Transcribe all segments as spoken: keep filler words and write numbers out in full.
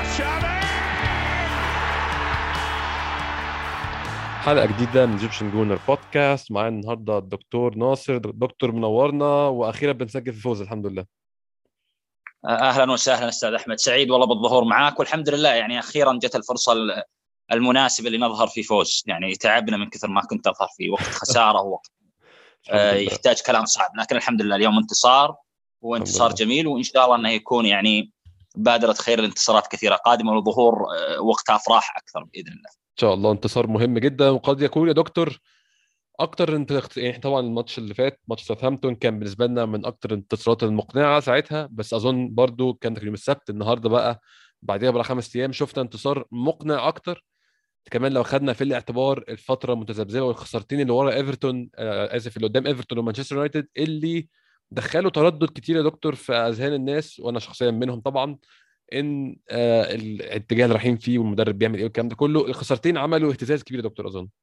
حلقة جديدة من ايجيبشن جونر بودكاست. معانا النهاردة الدكتور ناصر. دكتور منورنا، وأخيرا بنسجل في فوز الحمد لله. اهلا وسهلا استاذ احمد، سعيد والله بالظهور معاك، والحمد لله يعني اخيرا جت الفرصه المناسبه اللي نظهر في فوز. يعني تعبنا من كثر ما كنت اظهر في وقت خساره ووقت آه يحتاج كلام صعب، لكن الحمد لله اليوم انتصار، وانتصار جميل، وان شاء الله انه يكون يعني بادره خير الانتصارات كثيره قادمه، وظهور آه وقت افراح اكثر باذن الله. إن شاء الله انتصار مهم جدا، وقد يكون يا دكتور أكتر انت يعني طبعا الماتش اللي فات ماتش ساوثهامبتون كان بالنسبة لنا من أكتر الانتصارات المقنعة ساعتها، بس أظن برضو كان يوم السبت. النهاردة بقى بعدها بقى خمس أيام شفنا انتصار مقنع أكتر كمان. لو خدنا في الاعتبار الفتره المتذبذبه والخسارتين اللي ورا ايفرتون، آه اسف اللي قدام ايفرتون ومانشستر يونايتد، اللي دخلوا تردد كتير يا دكتور في اذهان الناس، وانا شخصيا منهم طبعا، ان آه الاتجاه اللي رايحين فيه والمدرب بيعمل ايه والكلام ده كله. الخسارتين عملوا اهتزاز كبير يا دكتور اظن.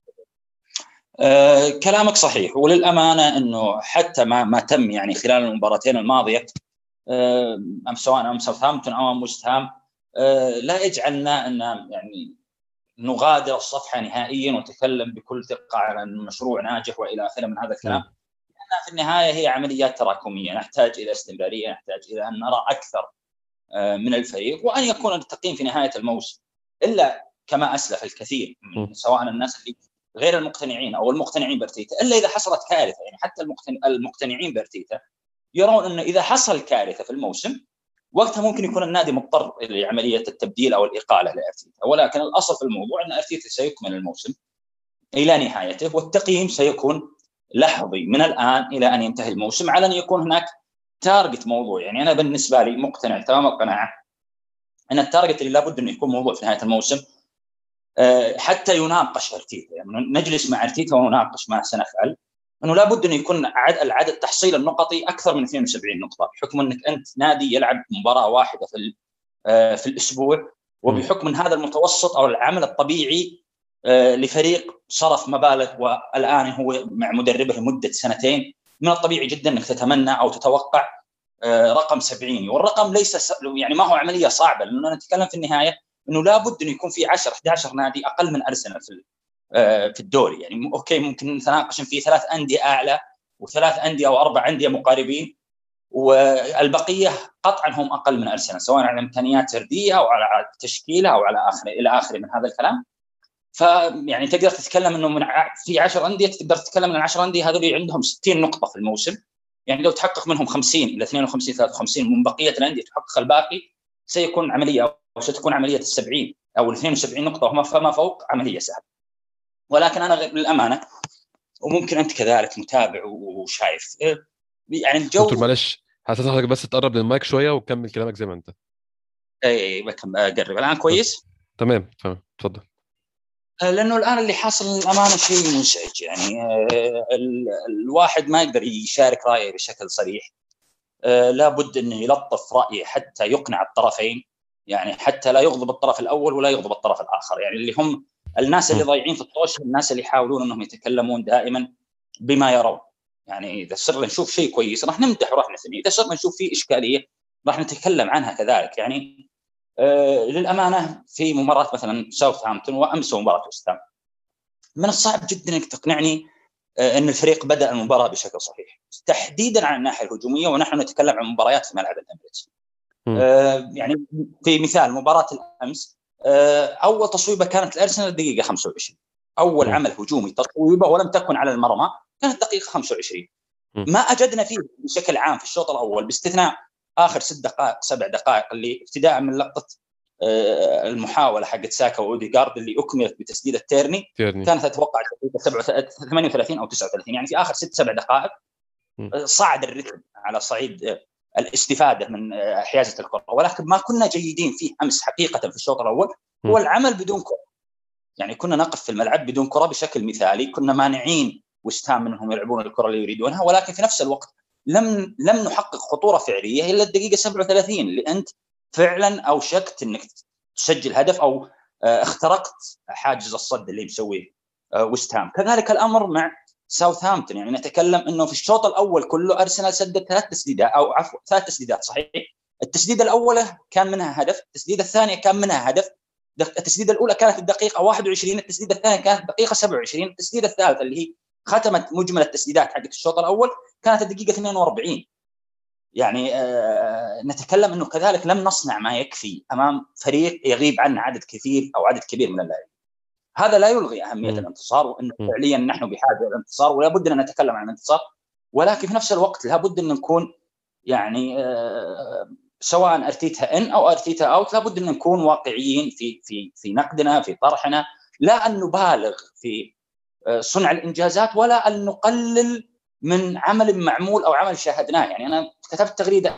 آه كلامك صحيح، وللامانه انه حتى ما ما تم يعني خلال المباراتين الماضيه، آه سواء امام ساوثهامبتون او امام ويست هام، آه لا يجعلنا ان يعني نغادر الصفحة نهائيا ونتكلم بكل ثقة على أن المشروع ناجح وإلى آخره من هذا الكلام. لأنها في النهاية هي عمليات تراكمية، نحتاج إلى استمرارية، نحتاج إلى أن نرى أكثر من الفريق، وأن يكون التقييم في نهاية الموسم. إلا كما أسلف الكثير من سواء الناس اللي غير المقتنعين أو المقتنعين بارتيتا، إلا إذا حصلت كارثة. يعني حتى المقتنعين بارتيتا يرون أن إذا حصل كارثة في الموسم وقتها ممكن يكون النادي مضطر لعملية التبديل أو الإقالة لأرتيتا، ولكن الأصل في الموضوع أن أرتيتا سيكمل الموسم إلى نهايته، والتقييم سيكون لحظي من الآن إلى أن ينتهي الموسم، على أن يكون هناك تارجت موضوع. يعني أنا بالنسبة لي مقتنع تمام القناعة أن التارجت اللي لابد أنه يكون موضوع في نهاية الموسم حتى يناقش أرتيتا. يعني نجلس مع أرتيتا ونناقش ما سنفعل، أنه لابد أن يكون العدد تحصيل النقطي أكثر من اثنين وسبعين نقطة، بحكم أنك أنت نادي يلعب مباراة واحدة في في الأسبوع، وبحكم من هذا المتوسط أو العمل الطبيعي لفريق صرف مبالغ والآن هو مع مدربه لمدة سنتين، من الطبيعي جدا أنك تتمنى أو تتوقع رقم سبعين. والرقم ليس يعني ما هو عملية صعبة، لأننا نتكلم في النهاية أنه لابد أن يكون في عشرة إحدى عشر نادي أقل من أرسنال في في الدوري. يعني أوكي ممكن نتناقش في ثلاث أندية أعلى وثلاث أندية أو أربع أندية مقاربين، والبقية قطعا هم أقل من أرسنال، سواء على إمكانيات فردية أو على تشكيلة أو على آخر إلى آخره من هذا الكلام. فيعني تقدر تتكلم إنه من في عشر أندية، تقدر تتكلم من عشر أندية هذول عندهم ستين نقطة في الموسم. يعني لو تحقق منهم خمسين إلى اثنين وخمسين ثلاثة وخمسين من بقية الأندية تحقق الباقي، سيكون عملية أو ستكون عملية السبعين أو الاثنين وسبعين نقطة وما فما فوق عملية سهلة. ولكن أنا للأمانة، وممكن أنت كذلك متابع وشايف يعني الجو. دكتور معلش حاسس حضرتك بس تقرب للمايك شويه وكمل كلامك زي ما انت. اي بكم اقرب الان كويس. تمام تمام اتفضل. لانه الان اللي حاصل الامانه شيء مزعج. يعني الواحد ما يقدر يشارك رايه بشكل صريح، لابد انه يلطف رايه حتى يقنع الطرفين، يعني حتى لا يغضب الطرف الاول ولا يغضب الطرف الاخر. يعني اللي هم الناس اللي ضايعين في الطوش، الناس اللي يحاولون انهم يتكلمون دائما بما يرون. يعني إذا صرنا نشوف شيء كويس راح نمدح وراح نثني، إذا صرنا نشوف فيه إشكالية راح نتكلم عنها كذلك. يعني آه للأمانة في مباراة مثلا ساوثهامبتون وأمس مباراة ويست هام، من الصعب جدا أنك تقنعني آه أن الفريق بدأ المباراة بشكل صحيح، تحديدا عن الناحية الهجومية، ونحن نتكلم عن مباريات في ملعب الإميريتس. آه يعني في مثال مباراة الأمس، آه أول تصويبة كانت الأرسنال الدقيقة خمسة وعشرين، أول م. عمل هجومي تصويبة ولم تكن على المرمى كانت دقيقة خمسة وعشرين. ما أجدنا فيه بشكل عام في الشوط الأول، باستثناء آخر ست دقائق سبع دقائق اللي ابتداء من لقطة آه المحاولة حقت ساكا وأوديغارد اللي أكملت بتسديد التيرني، تيرني. كانت أتوقع ثمانية وثلاثين أو تسعة وثلاثين. يعني في آخر ست سبع دقائق صعد الرتم على صعيد الاستفادة من حيازة الكرة، ولكن ما كنا جيدين فيه أمس حقيقة في الشوط الأول هو العمل بدون كرة. يعني كنا نقف في الملعب بدون كرة بشكل مثالي، كنا مانعين ويست هام منهم يلعبون الكرة اللي يريدونها، ولكن في نفس الوقت لم لم نحقق خطورة فعلية إلا الدقيقة سبعة وثلاثين اللي أنت فعلا أوشكت أنك تسجل هدف أو اخترقت حاجز الصد اللي مسويه ويست هام. كذلك الأمر مع ساوثهامبتون. يعني نتكلم انه في الشوط الاول كله ارسنال سدد ثلاث تسديدات او عفوا ثلاث تسديدات صحيح، التسديده الاولى كان منها هدف، التسديده الثانيه كان منها هدف، التسديده الاولى كانت في الدقيقه واحد وعشرين، التسديده الثانيه كانت في الدقيقه سبعة وعشرين، التسديده الثالثه اللي هي ختمت مجمل التسديدات حقت الشوط الاول كانت الدقيقه اثنين وأربعين. يعني آه نتكلم انه كذلك لم نصنع ما يكفي امام فريق يغيب عنا عدد كثير او عدد كبير من اللاعبين. هذا لا يلغي اهميه م. الانتصار، وانه م. فعليا نحن بحاجه الى الانتصار ولا بد ان نتكلم عن الانتصار، ولكن في نفس الوقت لا بد ان نكون يعني آه سواء ارتيتها ان او ارتيتها اوت، لا بد ان نكون واقعيين في في في نقدنا، في طرحنا، لا ان نبالغ في آه صنع الانجازات ولا ان نقلل من عمل معمول او عمل شاهدناه. يعني انا كتبت تغريده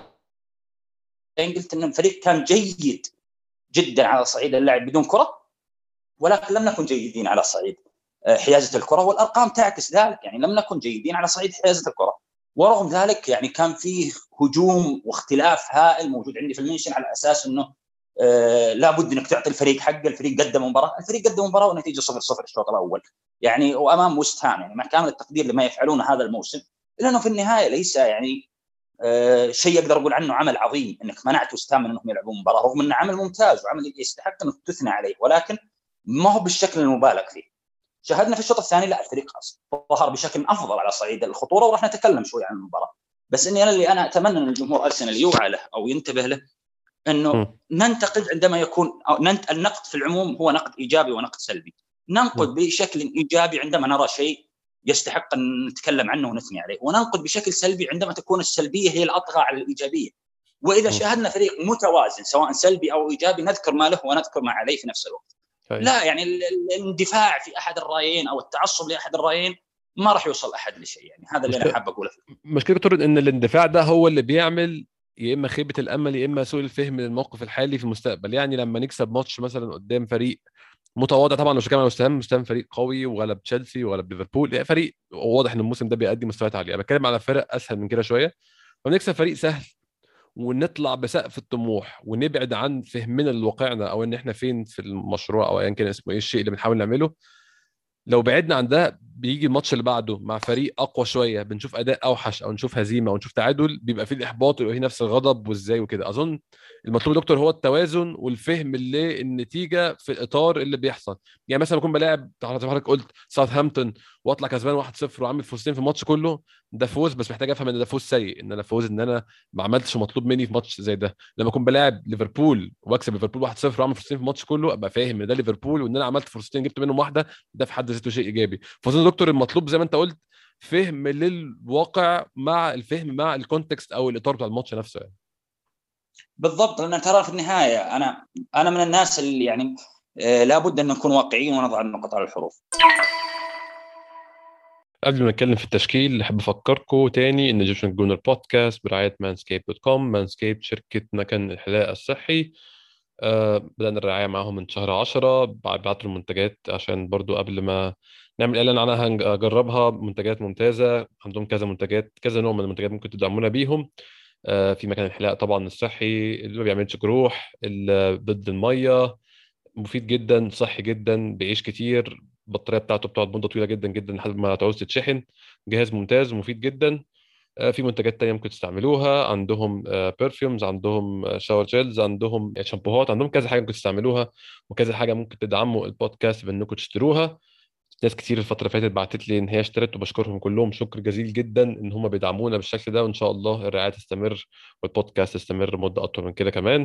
قلت ان الفريق كان جيد جدا على صعيد اللعب بدون كره، ولكن لم نكن جيدين على صعيد حيازه الكره، والارقام تعكس ذلك. يعني لم نكن جيدين على صعيد حيازه الكره، ورغم ذلك يعني كان فيه هجوم واختلاف هائل موجود عندي في المنشن على اساس انه آه لابد انك تعطي الفريق حقه. الفريق قدم مباراه، الفريق قدم مباراه والنتيجه صفر صفر الشوط الاول يعني، وامام وست هام يعني مع كامل التقدير لما يفعلونه هذا الموسم، الا انه في النهايه ليس يعني آه شيء اقدر اقول عنه عمل عظيم انك منعت وست هام انهم يلعبون مباراه، رغم انه عمل ممتاز وعمل يستحق انك تثنى عليه، ولكن ما هو بالشكل المبالغ فيه. شاهدنا في الشوط الثاني لا الفريق ظهر بشكل افضل على صعيد الخطوره، وراح نتكلم شوي عن المباراه. بس اني انا اللي انا اتمنى ان الجمهور ارسنال يوعى له او ينتبه له انه م. ننتقد عندما يكون أو النقد في العموم هو نقد ايجابي ونقد سلبي. ننقد م. بشكل ايجابي عندما نرى شيء يستحق ان نتكلم عنه ونثني عليه، وننقد بشكل سلبي عندما تكون السلبيه هي الاطغى على الايجابيه. واذا م. شاهدنا فريق متوازن سواء سلبي او ايجابي نذكر ما له ونذكر ما عليه في نفس الوقت. لا يعني الاندفاع في احد الرايين او التعصب لاحد الرايين ما راح يوصل احد لشيء. يعني هذا اللي انا حابب اقوله. مشكله دكتور ان الاندفاع ده هو اللي بيعمل يا اما خيبه الامل يا اما سوء الفهم للموقف الحالي في المستقبل. يعني لما نكسب ماتش مثلا قدام فريق متواضع، طبعا مش كمان مستهم مستهم فريق قوي وغلب تشيلسي وغلب ليفربول، يعني فريق واضح ان الموسم ده بيقدم مستويات عاليه. بتكلم على فرق اسهل من كده شويه، فنكسب فريق سهل ونطلع بسقف الطموح ونبعد عن فهمنا لواقعنا او ان احنا فين في المشروع او ايا كان اسمه ايه الشيء اللي بنحاول نعمله. لو بعدنا عن ده بيجي الماتش اللي بعده مع فريق اقوى شويه بنشوف اداء اوحش او نشوف هزيمه او نشوف تعادل، بيبقى فيه الاحباط ويبقى فيه نفس الغضب وازاي وكده. اظن المطلوب دكتور هو التوازن والفهم اللي النتيجه في الاطار اللي بيحصل. يعني مثلا بكون بلاعب زي ما حضرتك قلت ساوثهامبتون واطلع كسبان واحد صفر وعامل فوزتين في الماتش كله، ده فوز، بس محتاج افهم ان ده فوز سيء، ان انا فوز ان انا ما عملتش مطلوب مني في ماتش زي ده. لما اكون بلاعب ليفربول واكسب ليفربول واحد صفر وعامل فوزتين في الماتش كله ابقى فاهم ان ده ليفربول وان انا عملت فرصتين جبت منهم واحده، ده في حد ذاته شيء ايجابي. فاظن دكتور المطلوب زي ما انت قلت فهم للواقع مع الفهم مع الكونتكست او الاطار بتاع الماتش نفسه. يعني بالضبط، لان ترى في النهايه انا انا من الناس اللي يعني آه لابد ان نكون واقعيين ونضع النقط على الحروف. قبل ما نتكلم في التشكيل احب افكركم تاني ان ايجيبشن جونر بودكاست برعايه مانسكيب دوت كوم. مانسكيب شركه مكان الحلاقه الصحي. آه بدأنا الرعاية معاهم من شهر عشرة، بعتوا المنتجات عشان برضو قبل ما نعمل إعلان عنها هنجربها. منتجات ممتازة، عندهم كذا منتجات كذا نوع من المنتجات ممكن تدعمونا بيهم. آه في مكان الحلاقة طبعا الصحي اللي ما بيعملش جروح، اللي ضد المية، مفيد جدا صحي جدا بيعيش كتير، البطارية بتاعته بتقعد مدة طويلة جدا جدا لحد ما تعوز تتشحن. جهاز ممتاز ومفيد جدا. في منتجات تانية ممكن تستعملوها، عندهم برفيومز، عندهم شاور جيلز، عندهم شامبوهات، عندهم كذا حاجة ممكن تستعملوها وكذا حاجة ممكن تدعموا البودكاست بأنكم تشتروها. ناس كتير الفترة اللي فاتت بعتت لي إن هي اشترت وبشكرهم كلهم شكر جزيل جدا إن هم بيدعمونا بالشكل ده، وإن شاء الله الرعاية تستمر والبودكاست يستمر مدة أطول من كده كمان.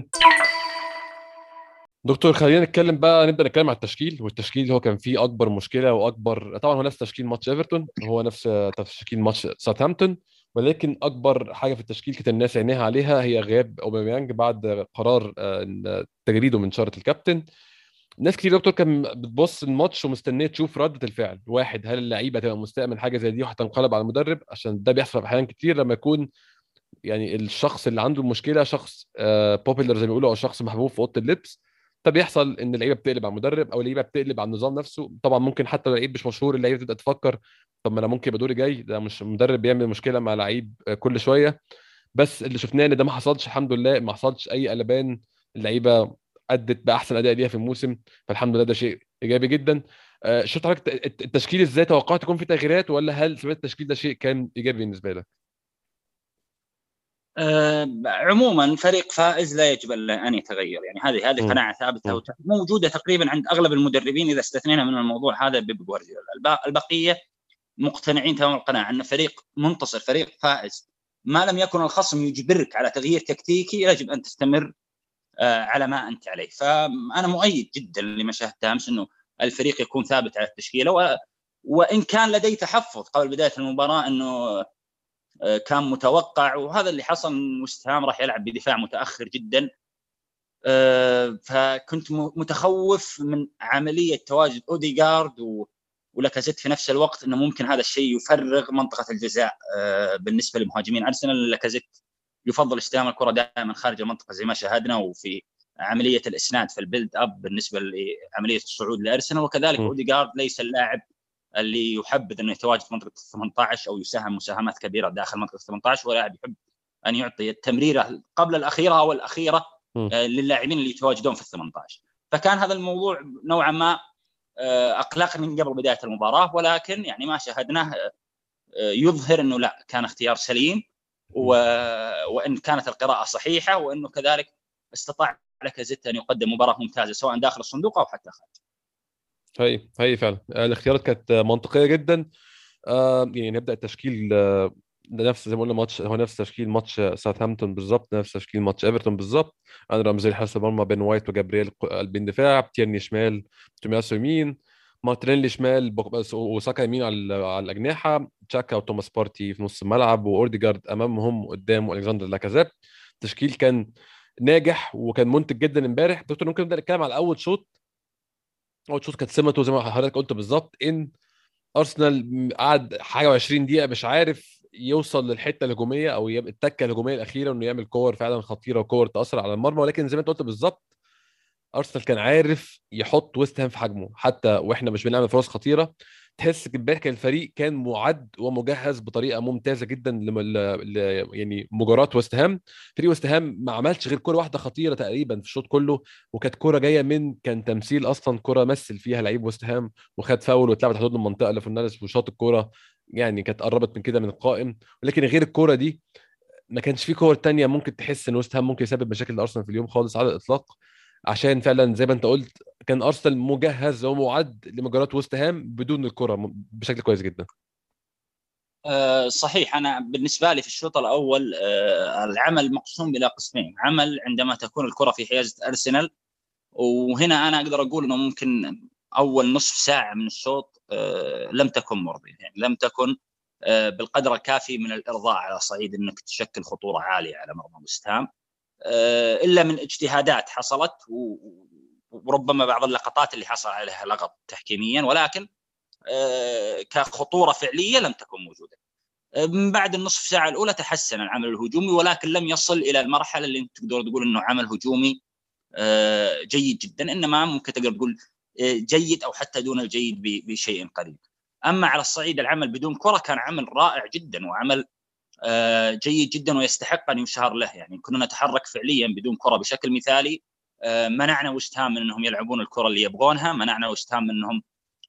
دكتور خلينا نتكلم بقى، نبدا نتكلم على التشكيل. والتشكيل اللي هو كان فيه اكبر مشكله واكبر، طبعا هو نفس تشكيل ماتش ايفرتون، هو نفس تشكيل ماتش ساوثهامبتون، ولكن اكبر حاجه في التشكيل كانت الناس عينيها عليها هي غياب اوباميانج بعد قرار تجريده من شاره الكابتن. ناس كتير دكتور كان بتبص الماتش ومستنيه تشوف رده الفعل. واحد، هل اللعيبه هتبقى مستاء من حاجه زي دي وهتنقلب على المدرب؟ عشان ده بيحصل احيانا كتير لما يكون يعني الشخص اللي عنده المشكله شخص بوبيلر زي ما بيقولوا او شخص محبوب في اوضه اللبس، فبيحصل ان اللعيبه بتقلب على المدرب او اللعيبه بتقلب على النظام نفسه. طبعا ممكن حتى لو لعيب مش مشهور اللعيبه تبدا تفكر طب ما انا ممكن يبقى دوري جاي، ده مش مدرب بيعمل مشكله مع لعيب كل شويه. بس اللي شفناه ان ده ما حصلش الحمد لله، ما حصلش اي قلبان، اللعيبه ادت باحسن اداء ليها في الموسم، فالحمد لله ده شيء ايجابي جدا. شفت حضرتك التشكيل ازاي؟ توقعت يكون في تغييرات ولا هل سمعت التشكيل ده شيء كان ايجابي بالنسبه لك؟ أه عموما فريق فائز لا يجب ان يتغير، يعني هذه هذه قناعه ثابته موجوده تقريبا عند اغلب المدربين اذا استثنينا من الموضوع هذا بيب جوارديولا. البقيه مقتنعين تمام القناعه ان فريق منتصر فريق فائز ما لم يكن الخصم يجبرك على تغيير تكتيكي يجب ان تستمر أه على ما انت عليه. فانا مؤيد جدا لما شاهدته امس انه الفريق يكون ثابت على التشكيله، و... وان كان لدي تحفظ قبل بدايه المباراه انه كان متوقع وهذا اللي حصل، وست هام راح يلعب بدفاع متأخر جدا، فكنت متخوف من عملية تواجد أوديغارد ولاكازيت في نفس الوقت أنه ممكن هذا الشيء يفرغ منطقة الجزاء بالنسبة لمهاجمين أرسنال. لاكازيت يفضل استلام الكرة دائما خارج المنطقة زي ما شاهدنا، وفي عملية الإسناد في البيلد أب بالنسبة لعملية الصعود لأرسنال، وكذلك أوديغارد ليس اللاعب اللي يحبذ انه يتواجد في منطقه ثمانية عشر او يساهم مساهمات كبيره داخل منطقه ثمانية عشر، ولاعب يحب ان يعطي التمريره قبل الاخيره او الاخيره للاعبين اللي يتواجدون في ثمانية عشر. فكان هذا الموضوع نوعا ما اقلقني من قبل بدايه المباراه، ولكن يعني ما شاهدناه يظهر انه لا كان اختيار سليم، و... وان كانت القراءه صحيحه، وانه كذلك استطاع لاكازيت ان يقدم مباراه ممتازه سواء داخل الصندوق او حتى خارج. هي هي فعلا الاختيارات كانت منطقيه جدا. آه يعني نبدا التشكيل آه نفس زي ما قلنا ماتش، هو نفس تشكيل ماتش ساوثهامبتون بالظبط، نفس تشكيل ماتش ايفرتون بالظبط. انا رمزي حارس المرمى بين وايت وجابرييل قلبين دفاع، تيرني شمال، تومياسو يمين، مارتينيلي شمال، وساكا يمين على على الاجنحه، تشاكا وتوماس بارتي في نص الملعب، واورديجارد امامهم وقدام والكسندر لاكازيت. التشكيل كان ناجح وكان منتج جدا امبارح. دكتور ممكن نبدا نتكلم على اول شوط. اول شوط كانت سمته زي ما حضرتك قلت بالظبط، ان ارسنال قعد حاجه و20 دقيقه مش عارف يوصل للحته الهجوميه او التكه الهجوميه الاخيره انه يعمل كور فعلا خطيره وكور تاثر على المرمى. ولكن زي ما انت قلت بالظبط ارسنال كان عارف يحط ويست هام في حجمه حتى واحنا مش بنعمل فرص خطيره. تحس امبارح الفريق كان معد ومجهز بطريقه ممتازه جدا لم... ل... ل... يعني مجاراه ويست هام. فريق ويست هام ما عملش غير كره واحده خطيره تقريبا في الشوط كله، وكانت كره جايه من كان تمثيل اصلا كره مثل فيها لعيب ويست هام وخد فاول واتلعبت حدود المنطقه لفرنانديز وشاط الكره، يعني كانت قربت من كده من القائم. ولكن غير الكره دي ما كانش في كور تانية ممكن تحس ان ويست هام ممكن يسبب مشاكل لارسنال في اليوم خالص على الاطلاق. عشان فعلا زي ما انت قلت كان ارسنال مجهز ومعد لمجرات ويست هام بدون الكره بشكل كويس جدا. أه صحيح. انا بالنسبه لي في الشوط الاول أه العمل مقسوم الى قسمين، عمل عندما تكون الكره في حيازه ارسنال، وهنا انا اقدر اقول انه ممكن اول نصف ساعه من الشوط أه لم تكن مرضيه، يعني لم تكن أه بالقدر الكافي من الارضاء على صعيد انك تشكل خطوره عاليه على مرمى ويست هام، أه الا من اجتهادات حصلت وربما بعض اللقطات اللي حصل عليها لغط تحكيميا، ولكن أه كخطوره فعليه لم تكن موجوده. من بعد النصف ساعه الاولى تحسن العمل الهجومي، ولكن لم يصل الى المرحله اللي انت تقدر تقول انه عمل هجومي جيد جدا، انما ممكن تقدر تقول جيد او حتى دون الجيد بشيء قليل. اما على الصعيد العمل بدون كره كان عمل رائع جدا وعمل جيد جدا ويستحق ان يشهر له، يعني كنا نتحرك فعليا بدون كره بشكل مثالي. منعنا ويست هام من انهم يلعبون الكره اللي يبغونها، منعنا ويست هام من انهم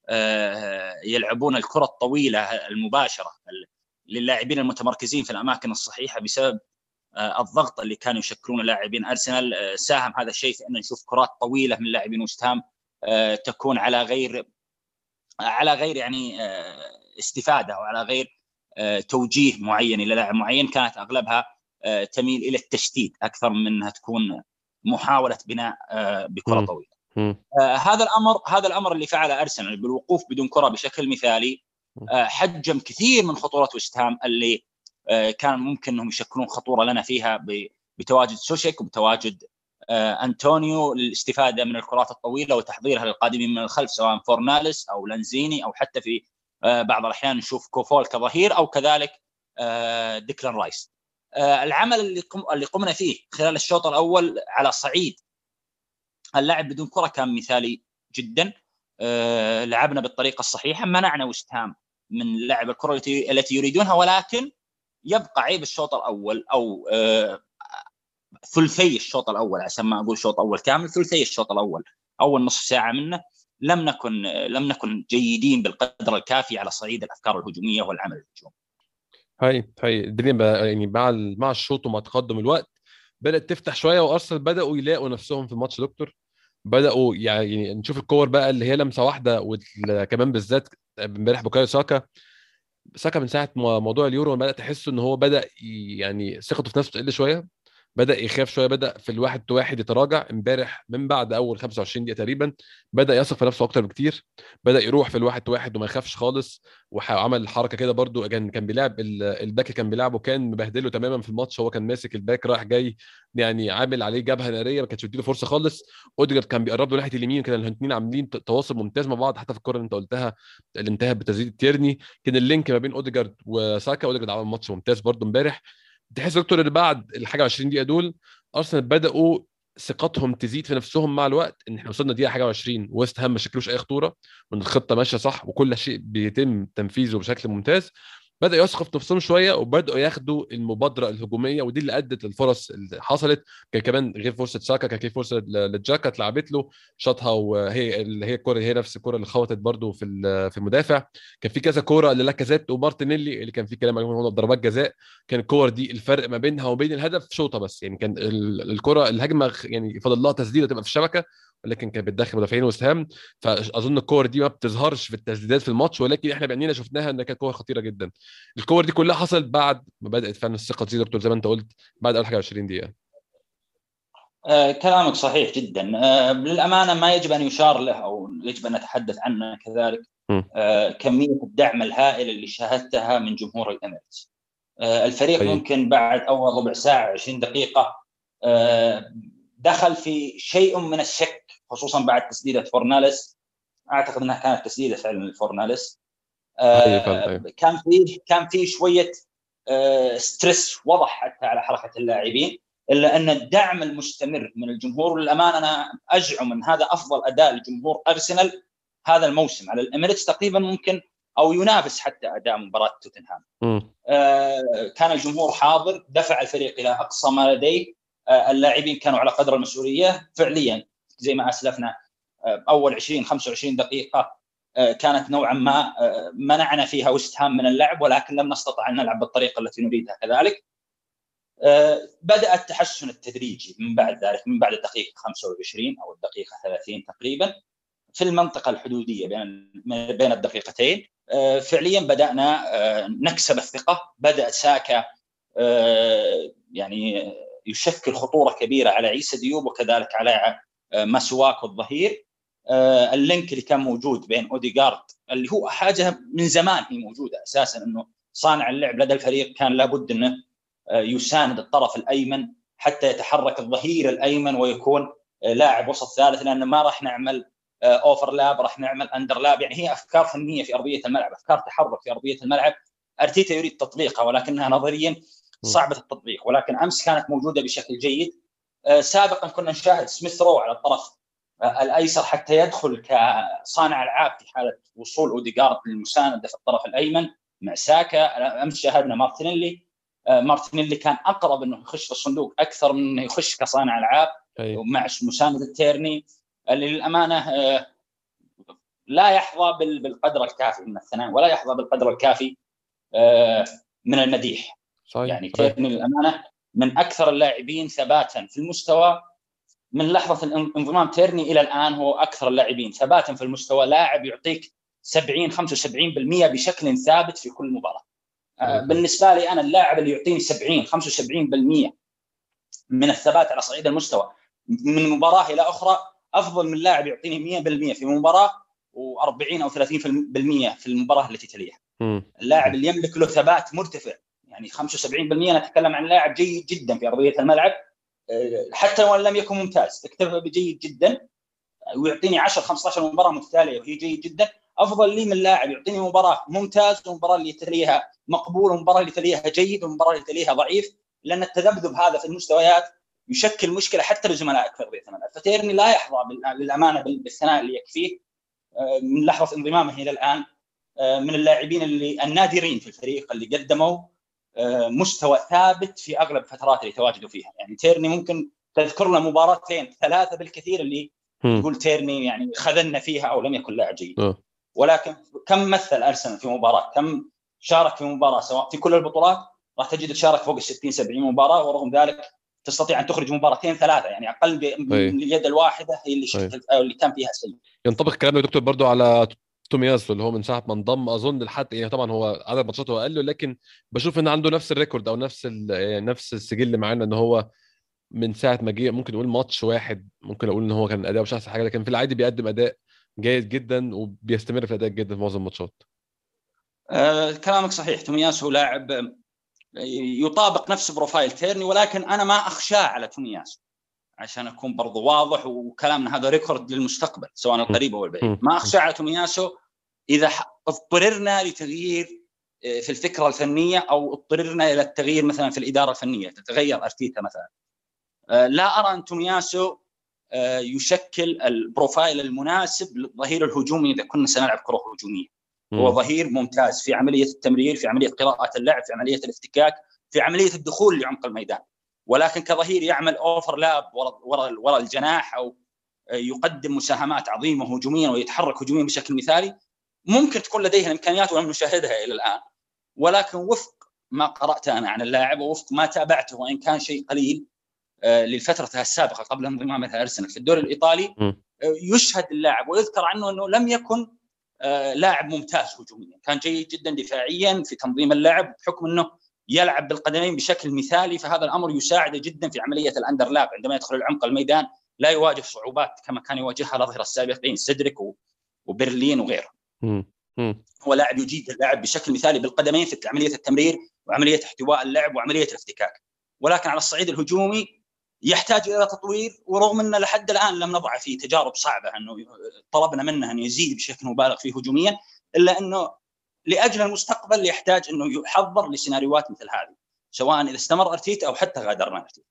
يلعبون الكره الطويله المباشره للاعبين المتمركزين في الاماكن الصحيحه بسبب الضغط اللي كانوا يشكلون لاعبين ارسنال. ساهم هذا الشيء في ان نشوف كرات طويله من لاعبين ويست هام تكون على غير على غير يعني استفاده او على غير توجيه معين الى لاعب معين، كانت اغلبها تميل الى التشتيت اكثر من انها تكون محاوله بناء بكره طويله. هذا الامر هذا الامر اللي فعله ارسنال بالوقوف بدون كره بشكل مثالي حجم كثير من خطوره ويست هام اللي كان ممكن انهم يشكلون خطوره لنا فيها بتواجد سوشيك وبتواجد انطونيو للاستفاده من الكرات الطويله وتحضيرها للقادمين من الخلف سواء فورناليس او لانزيني او حتى في بعض الاحيان نشوف كوفول كظهير او كذلك ديكلان رايس. العمل اللي قم اللي قمنا فيه خلال الشوط الاول على صعيد اللعب بدون كره كان مثالي جدا. لعبنا بالطريقه الصحيحه، منعنا ويست هام من لعب الكره التي التي يريدونها، ولكن يبقى عيب الشوط الاول او آه ثلثي الشوط الاول، عشان ما اقول شوط اول كامل، ثلثي الشوط الاول اول نصف ساعه منه لم نكن لم نكن جيدين بالقدر الكافي على صعيد الافكار الهجوميه والعمل الهجومي. هاي هاي الدنيا بقى يعني مع ال- مع الشوط ومع تقدم الوقت بدأت تفتح شويه، وارسنال بدأوا يلاقوا نفسهم في الماتش دكتور. بدأوا يعني نشوف الكور بقى اللي هي لمسه واحده، وكمان بالذات امبارح بوكايو ساكا. ساكا من ساعه ما موضوع اليورو بدأت تحس ان هو بدأ ي- يعني ثقته في نفسه تقل شويه، بدأ يخاف شويه، بدأ في الواحد تو واحد يتراجع. امبارح من بعد اول خمسة وعشرين دقيقه تقريبا بدأ يثق في نفسه اكتر بكتير، بدأ يروح في الواحد تو واحد وما يخافش خالص. وعمل حركه كده برضو، كان كان بيلعب ال- الباك اللي كان بيلعبه كان مبهدله تماما في الماتش، هو كان ماسك الباك رايح جاي، يعني عامل عليه جبهه ناريه، ما كانش بيديله فرصه خالص. اوديجارد كان بيقرب له ناحيه اليمين، كان الاثنين عاملين ت- تواصل ممتاز مع بعض، حتى في الكره اللي انت قلتها اللي انتهت بتسديد تيرني، كان اللينك ما بين اوديجارد وساكا. اوديجارد عمل ماتش ممتاز برضو امبارح. تحس دكتور ان بعد الحاجه عشرين دقيقه دول ارسنال بداوا ثقتهم تزيد في نفسهم مع الوقت، ان احنا وصلنا دقيقه حاجه وعشرين ويست هام ما شكلوش اي خطوره، وان الخطه ماشيه صح وكل شيء بيتم تنفيذه بشكل ممتاز. بدأوا يثقوا في نفسهم شويه، وبدأوا ياخدوا المبادره الهجوميه، ودي اللي ادت للفرص اللي حصلت. كان كمان غير فرصه ساكا، كان في فرصه ل- للجاكا اتلعبت له، شاطها، وهي اللي هي الكره، هي نفس الكره اللي خبطت برده في ال- في المدافع. كان في كذا كوره للاكازيت ومارتينيلي اللي كان في كلام عليهم هم ضربات جزاء، كان الكور دي الفرق ما بينها وبين الهدف شوطه بس، يعني كان ال- الكره الهجمه يعني فاضل لها تسديده تبقى في الشبكه، ولكن كانت بتدخل مدافعين وسهام. فاظن الكور دي ما بتظهرش في التسديدات في الماتش، ولكن احنا بعينينا شفناها انها كانت كور خطيره جدا. الكور دي كلها حصلت بعد ما بدات فعلا الثقه تزيد دكتور زي ما انت قلت، بعد اول حاجه عشرين دقيقه. آه كلامك صحيح جدا. آه للامانه ما يجب ان يشار له او يجب ان نتحدث عنه كذلك. امم آه كميه الدعم الهائل اللي شاهدتها من جمهور الاميريتس. آه الفريق اي ممكن بعد اول ربع ساعه عشرين دقيقه آه دخل في شيء من الشك، خصوصا بعد تسديده فورناليس. اعتقد انها كانت تسديده فعلا فورناليس. اي فعلا آه اي. كان فيه كان فيه شويه آه ستريس وضح حتى على حركه اللاعبين، الا ان الدعم المستمر من الجمهور. للامانه انا ازعم ان هذا افضل اداء لجمهور ارسنال هذا الموسم على الاميريتس تقريبا، ممكن او ينافس حتى اداء مباراه توتنهام. امم آه كان الجمهور حاضر، دفع الفريق الى اقصى ما لديه. آه اللاعبين كانوا على قدر المسؤوليه فعليا، زي ما اسلفنا. آه اول عشرين خمسة وعشرين دقيقه كانت نوعا ما منعنا فيها وست هام من اللعب، ولكن لم نستطع ان نلعب بالطريقه التي نريدها كذلك. بدأ التحسن التدريجي من بعد ذلك، من بعد الدقيقه خمسة وعشرين او الدقيقه ثلاثين تقريبا، في المنطقه الحدوديه بين بين الدقيقتين. فعليا بدأنا نكسب الثقه. بدأ ساكا يعني يشكل خطوره كبيره على عيسى ديوب، وكذلك على مسواك الظهير. اللينك اللي كان موجود بين اوديغارد، اللي هو حاجه من زمان هي موجوده اساسا، انه صانع اللعب لدى الفريق كان لابد انه يساند الطرف الايمن حتى يتحرك الظهير الايمن ويكون لاعب وسط ثالث، لان ما راح نعمل اوفرلاب، راح نعمل اندرلاب. يعني هي افكار فنيه في ارضيه الملعب، افكار تحرك في ارضيه الملعب. ارتيتا يريد تطبيقها، ولكنها نظريا صعبه التطبيق، ولكن امس كانت موجوده بشكل جيد. سابقا كنا نشاهد سميث رو على الطرف الايسر حتى يدخل كصانع العاب في حاله وصول اوديغارد للمسانده في الطرف الايمن مع ساكا. امس شاهدنا مارتينيلي. مارتينيلي كان اقرب انه يخش في الصندوق اكثر من انه يخش كصانع العاب مع مسانده تيرني، اللي للامانه لا يحظى بالقدر الكافي من الثناء، ولا يحظى بالقدر الكافي من المديح. صحيح يعني صحيح. تيرني للامانه من اكثر اللاعبين ثباتا في المستوى. من لحظه انضمام تيرني الى الان هو اكثر اللاعبين ثباتا في المستوى. لاعب يعطيك سبعين خمسة وسبعين بالمئة بشكل ثابت في كل مباراه. بالنسبه لي انا اللاعب اللي يعطيني سبعين خمسة وسبعين بالمئة من الثبات على صعيد المستوى من مباراه الى اخرى افضل من لاعب يعطيني مئة بالمئة في مباراه و40 او ثلاثين بالمئة في المباراه التي تليها. اللاعب اللي يملك له ثبات مرتفع، يعني خمسة وسبعين بالمئة نتكلم عن لاعب جيد جدا في ارضيه الملعب، حتى وان لم يكن ممتاز، اكتفى بجيد جدا ويعطيني عشرة خمسة عشر مباراه متتاليه وهي جيد جدا. افضل لي من لاعب يعطيني مباراه ممتاز ومباراه اللي تليها مقبول ومباراه اللي تليها جيد ومباراه اللي تليها ضعيف، لان التذبذب هذا في المستويات يشكل مشكله حتى لزملائك في ارضيه الملعب. فتيرني لا يحظى للامانه بالثناء اللي يكفيه من لحظه انضمامه الى الان. من اللاعبين اللي النادرين في الفريق اللي قدموا مستوى ثابت في اغلب الفترات اللي تواجدوا فيها. يعني تيرني ممكن تذكر لنا مباراتين ثلاثه بالكثير اللي تقول تيرني يعني خذلنا فيها او لم يكن لاعب جيد، ولكن كم مثل ارسنال في مباراه، كم شارك في مباراه سواء في كل البطولات راح تجد شارك فوق ستين سبعين مباراه، ورغم ذلك تستطيع ان تخرج مباراتين ثلاثه، يعني اقل من اليد الواحده هي اللي شكل اللي كان فيها سيء. ينطبق كلامك يا دكتور برضو على تومياسو اللي هو من ساعه ما انضم اظن لحد يعني طبعا هو عدد ماتشاته اقل، لكن بشوف ان عنده نفس الريكورد او نفس يعني نفس السجل معانا، ان هو من ساعه ما جه ممكن نقول ماتش واحد ممكن اقول ان هو كان اداؤه مش احسن حاجه، لكن في العادي بيقدم اداء جيد جدا وبيستمر في اداء جدا في معظم الماتشات. آه كلامك صحيح، تومياسو لاعب يطابق نفس بروفايل تيرني، ولكن انا ما اخشاه على تومياسو عشان اكون برضو واضح، وكلامنا هذا ريكورد للمستقبل سواء القريب او البعيد. ما اخشى على تومياسو اذا اضطررنا لتغيير في الفكره الفنيه او اضطررنا الى التغيير مثلا في الاداره الفنيه، تتغير ارتيتا مثلا. لا ارى ان تومياسو يشكل البروفايل المناسب للظهير الهجومي اذا كنا سنلعب كره هجوميه. هو ظهير ممتاز في عمليه التمرير، في عمليه قراءه اللعب، في عمليه الافتكاك، في عمليه الدخول لعمق الميدان، ولكن كظهير يعمل اوفرلاب وراء وراء الجناح او يقدم مساهمات عظيمه هجوميا ويتحرك هجوميا بشكل مثالي، ممكن تكون لديه الامكانيات ولم نشاهدها الى الان. ولكن وفق ما قراته انا عن اللاعب ووفق ما تابعته وان كان شيء قليل للفتره السابقه قبل انضمامه الى ارسنال في الدوري الايطالي، يشهد اللاعب ويذكر عنه انه لم يكن لاعب ممتاز هجوميا، كان جيد جدا دفاعيا في تنظيم اللعب بحكم انه يلعب بالقدمين بشكل مثالي، فهذا الامر يساعده جدا في عمليه الاندرلاب عندما يدخل العمق الميدان، لا يواجه صعوبات كما كان يواجهها الاظهره السابقين سيدريك وبرلين وغيره. هو لاعب يجيد اللعب بشكل مثالي بالقدمين في عمليه التمرير وعمليه احتواء اللعب وعمليه الافتكاك، ولكن على الصعيد الهجومي يحتاج الى تطوير، ورغم ان لحد الان لم نضع فيه تجارب صعبه انه طلبنا منه ان يزيد بشكل مبالغ فيه هجوميا، الا انه لاجل المستقبل يحتاج انه يحضر لسيناريوهات مثل هذه سواء اذا استمر ارتيتا او حتى غادرنا ارتيتا.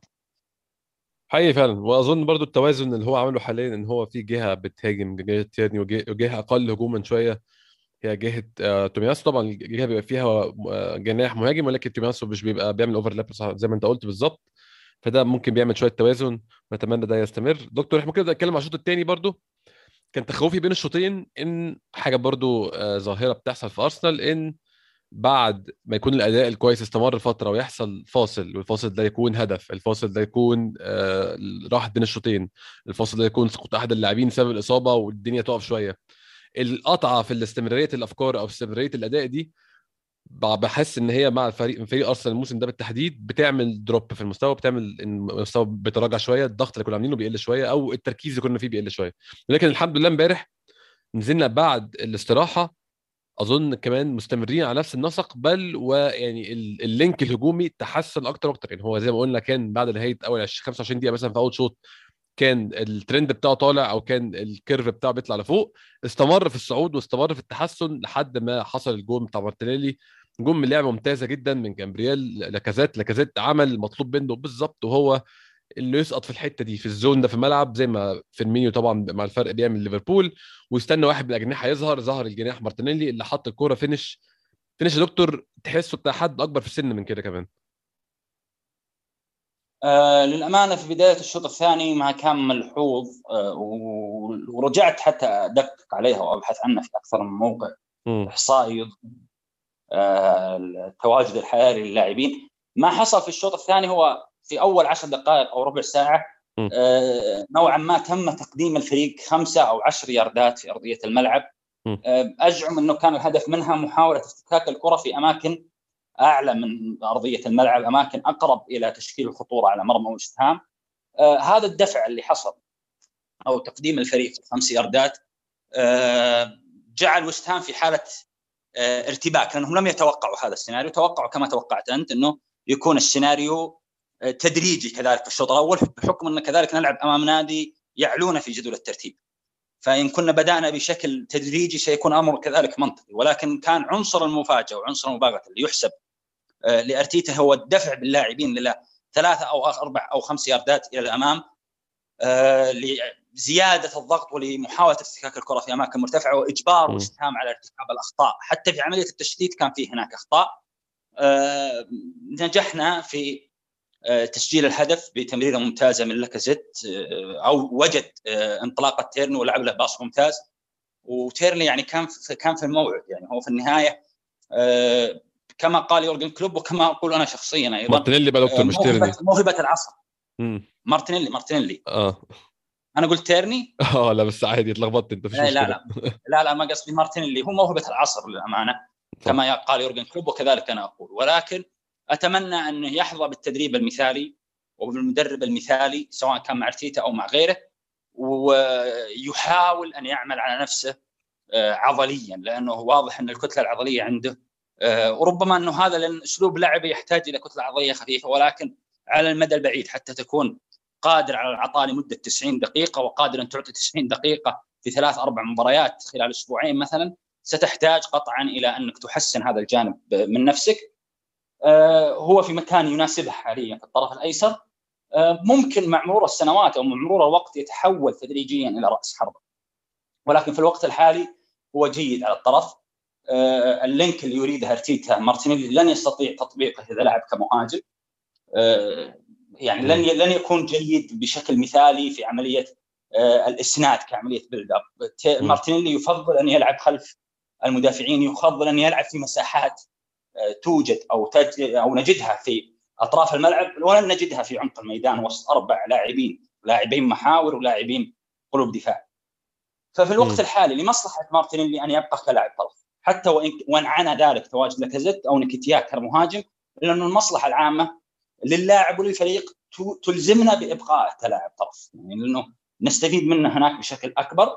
حقيقي فعلا، واظن برضو التوازن اللي هو عمله حاليا ان هو في جهه بتهاجم جهه تيرني وجهه اقل هجوما شويه هي جهه آه تومياسو. طبعا الجهه بيبقى فيها آه جناح مهاجم، ولكن تومياسو مش بيبقى بيعمل اوفرلاب زي ما انت قلت بالظبط، فده ممكن بيعمل شويه توازن، نتمنى ده يستمر. دكتور احنا ممكن نتكلم على الشوط الثاني برضو. كان تخوفي بين الشوطين ان حاجه برضو آه ظاهره بتحصل في ارسنال، ان بعد ما يكون الاداء الكويس استمر فتره ويحصل فاصل، والفاصل ده يكون هدف، الفاصل ده يكون آه راحه بين الشوطين، الفاصل ده يكون سقوط احد اللاعبين بسبب الاصابه والدنيا تقف شويه، القطعه في الاستمراريه الافكار او استمراريه الاداء دي بحس ان هي مع الفريق فريق ارسنال الموسم ده بالتحديد بتعمل دروب في المستوى، بتعمل ان المستوى بيتراجع شويه، الضغط اللي كنا عاملينه بيقل شويه او التركيز اللي كنا فيه بيقل شويه. لكن الحمد لله امبارح نزلنا بعد الاستراحه اظن كمان مستمرين على نفس النسق، بل ويعني اللينك الهجومي تحسن اكتر واكتر. يعني هو زي ما قلنا كان بعد نهايه اول خمسة وعشرين دقيقه مثلا في اول شوط كان الترند بتاعه طالع او كان الكيرف بتاعه بيطلع لفوق، استمر في الصعود واستمر في التحسن لحد ما حصل الجول بتاع مارتينيلي. جول من لعبه ممتازه جدا من جابرييل لاكازيت، لاكازيت عمل المطلوب منه بالظبط، وهو اللي يسقط في الحته دي في الزون ده في الملعب، زي ما فيرمينيو طبعا مع الفرق بيعمل ليفربول، ويستنى واحد من الاجنحه يظهر، ظهر الجناح مارتينيلي اللي حط الكوره فينش. فينش يا دكتور تحسه بتاع حد اكبر في السن من كده كمان. آه للأمانة في بداية الشوط الثاني ما كان ملحوظ، آه ورجعت حتى أدقق عليها وأبحث عنها في أكثر من موقع إحصائي آه التواجد الحراري للاعبين. ما حصل في الشوط الثاني هو في أول عشر دقائق أو ربع ساعة آه نوعا ما تم تقديم الفريق خمسة أو عشر ياردات في أرضية الملعب. آه أزعم أنه كان الهدف منها محاولة افتكاك الكرة في أماكن أعلى من أرضية الملعب، أماكن أقرب إلى تشكيل الخطورة على مرمى وست هام. آه هذا الدفع اللي حصل أو تقديم الفريق خمس ياردات آه جعل وست هام في حالة آه ارتباك، لأنهم لم يتوقعوا هذا السيناريو، توقعوا كما توقعت أنت أنه يكون السيناريو آه تدريجي كذلك في الشوط الأول، بحكم أن كذلك نلعب أمام نادي يعلون في جدول الترتيب، فإن كنا بدأنا بشكل تدريجي سيكون أمر كذلك منطقي. ولكن كان عنصر المفاجأة وعنصر المباغتة اللي يحسب لأرتيتا هو الدفع باللاعبين لله ثلاثة أو أربع أو خمس ياردات إلى الأمام لزيادة الضغط ولمحاولة افتكاك الكرة في أماكن مرتفعة وإجبار وست هام على ارتكاب الأخطاء. حتى في عملية التشتيت كان فيه هناك أخطاء. نجحنا في تسجيل الهدف بتمريرة ممتازة من لاكازيت، أو وجد انطلاقة تيرني ولعب له باص ممتاز، وتيرني يعني كان في كان في الموعد، يعني هو في النهاية أه كما قال يورجن كلوب وكما اقول انا شخصيا ايضا. مارتينيلي بقى دكتور، مش تيرني. موهبه العصر. امم مارتينيلي مارتينيلي اه انا قلت تيرني. اه لا بس عادي، اتلخبطت انت، مفيش لا مشكله. لا لا لا ما قصدي مارتينيلي، هو موهبه العصر للامانه كما قال يورجن كلوب وكذلك انا اقول، ولكن اتمنى انه يحظى بالتدريب المثالي وبالمدرب المثالي سواء كان مع ارتيتا او مع غيره، ويحاول ان يعمل على نفسه عضليا، لانه واضح ان الكتله العضليه عنده، وربما انه هذا لان اسلوب لعبه يحتاج الى كتله عضليه خفيفه، ولكن على المدى البعيد حتى تكون قادر على العطاء لمده تسعين دقيقه وقادر ان تعطي تسعين دقيقه في ثلاث اربع مباريات خلال اسبوعين مثلا، ستحتاج قطعا الى انك تحسن هذا الجانب من نفسك. هو في مكان يناسبه حاليا في الطرف الايسر، ممكن مع مرور السنوات او مع مرور الوقت يتحول تدريجيا الى راس حربه، ولكن في الوقت الحالي هو جيد على الطرف. اللينك اللي يريده ارتيتا مارتينيلي لن يستطيع تطبيقه اذا لعب كمهاجم، يعني لن لن يكون جيد بشكل مثالي في عمليه الاسناد كعمليه بيلد اب. مارتينيلي يفضل ان يلعب خلف المدافعين، يفضل ان يلعب في مساحات توجد او تج او نجدها في اطراف الملعب ولن نجدها في عمق الميدان وسط اربع لاعبين، لاعبين محاور ولاعبين قلوب دفاع. ففي الوقت م. الحالي لمصلحه مارتينيلي ان يبقى كلاعب طرف، حتى وان وان عانى ذلك تواجد لاكازيت او نكيتيا كمهاجم، لانه المصلحه العامه للاعب وللفريق تلزمنا بابقائه كلاعب طرف، يعني لانه نستفيد منه هناك بشكل اكبر.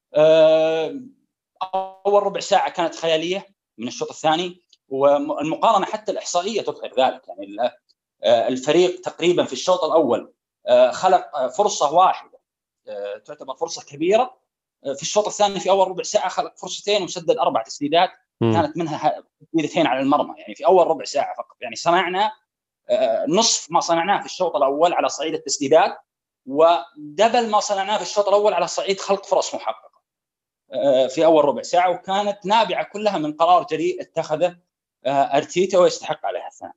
اول ربع ساعه كانت خياليه من الشوط الثاني، والمقارنه حتى الاحصائيه تظهر ذلك، يعني الفريق تقريبا في الشوط الاول خلق فرصه واحده تعتبر فرصه كبيره، في الشوط الثاني في اول ربع ساعه خلق فرصتين وسدد اربع تسديدات كانت منها تسديدتين على المرمى، يعني في اول ربع ساعه فقط. يعني صنعنا نصف ما صنعناه في الشوط الاول على صعيد التسديدات، ودبل ما صنعناه في الشوط الاول على صعيد خلق فرص محققه في اول ربع ساعه، وكانت نابعه كلها من قرار جريء اتخذه ارتيتا ويستحق عليها الثاني.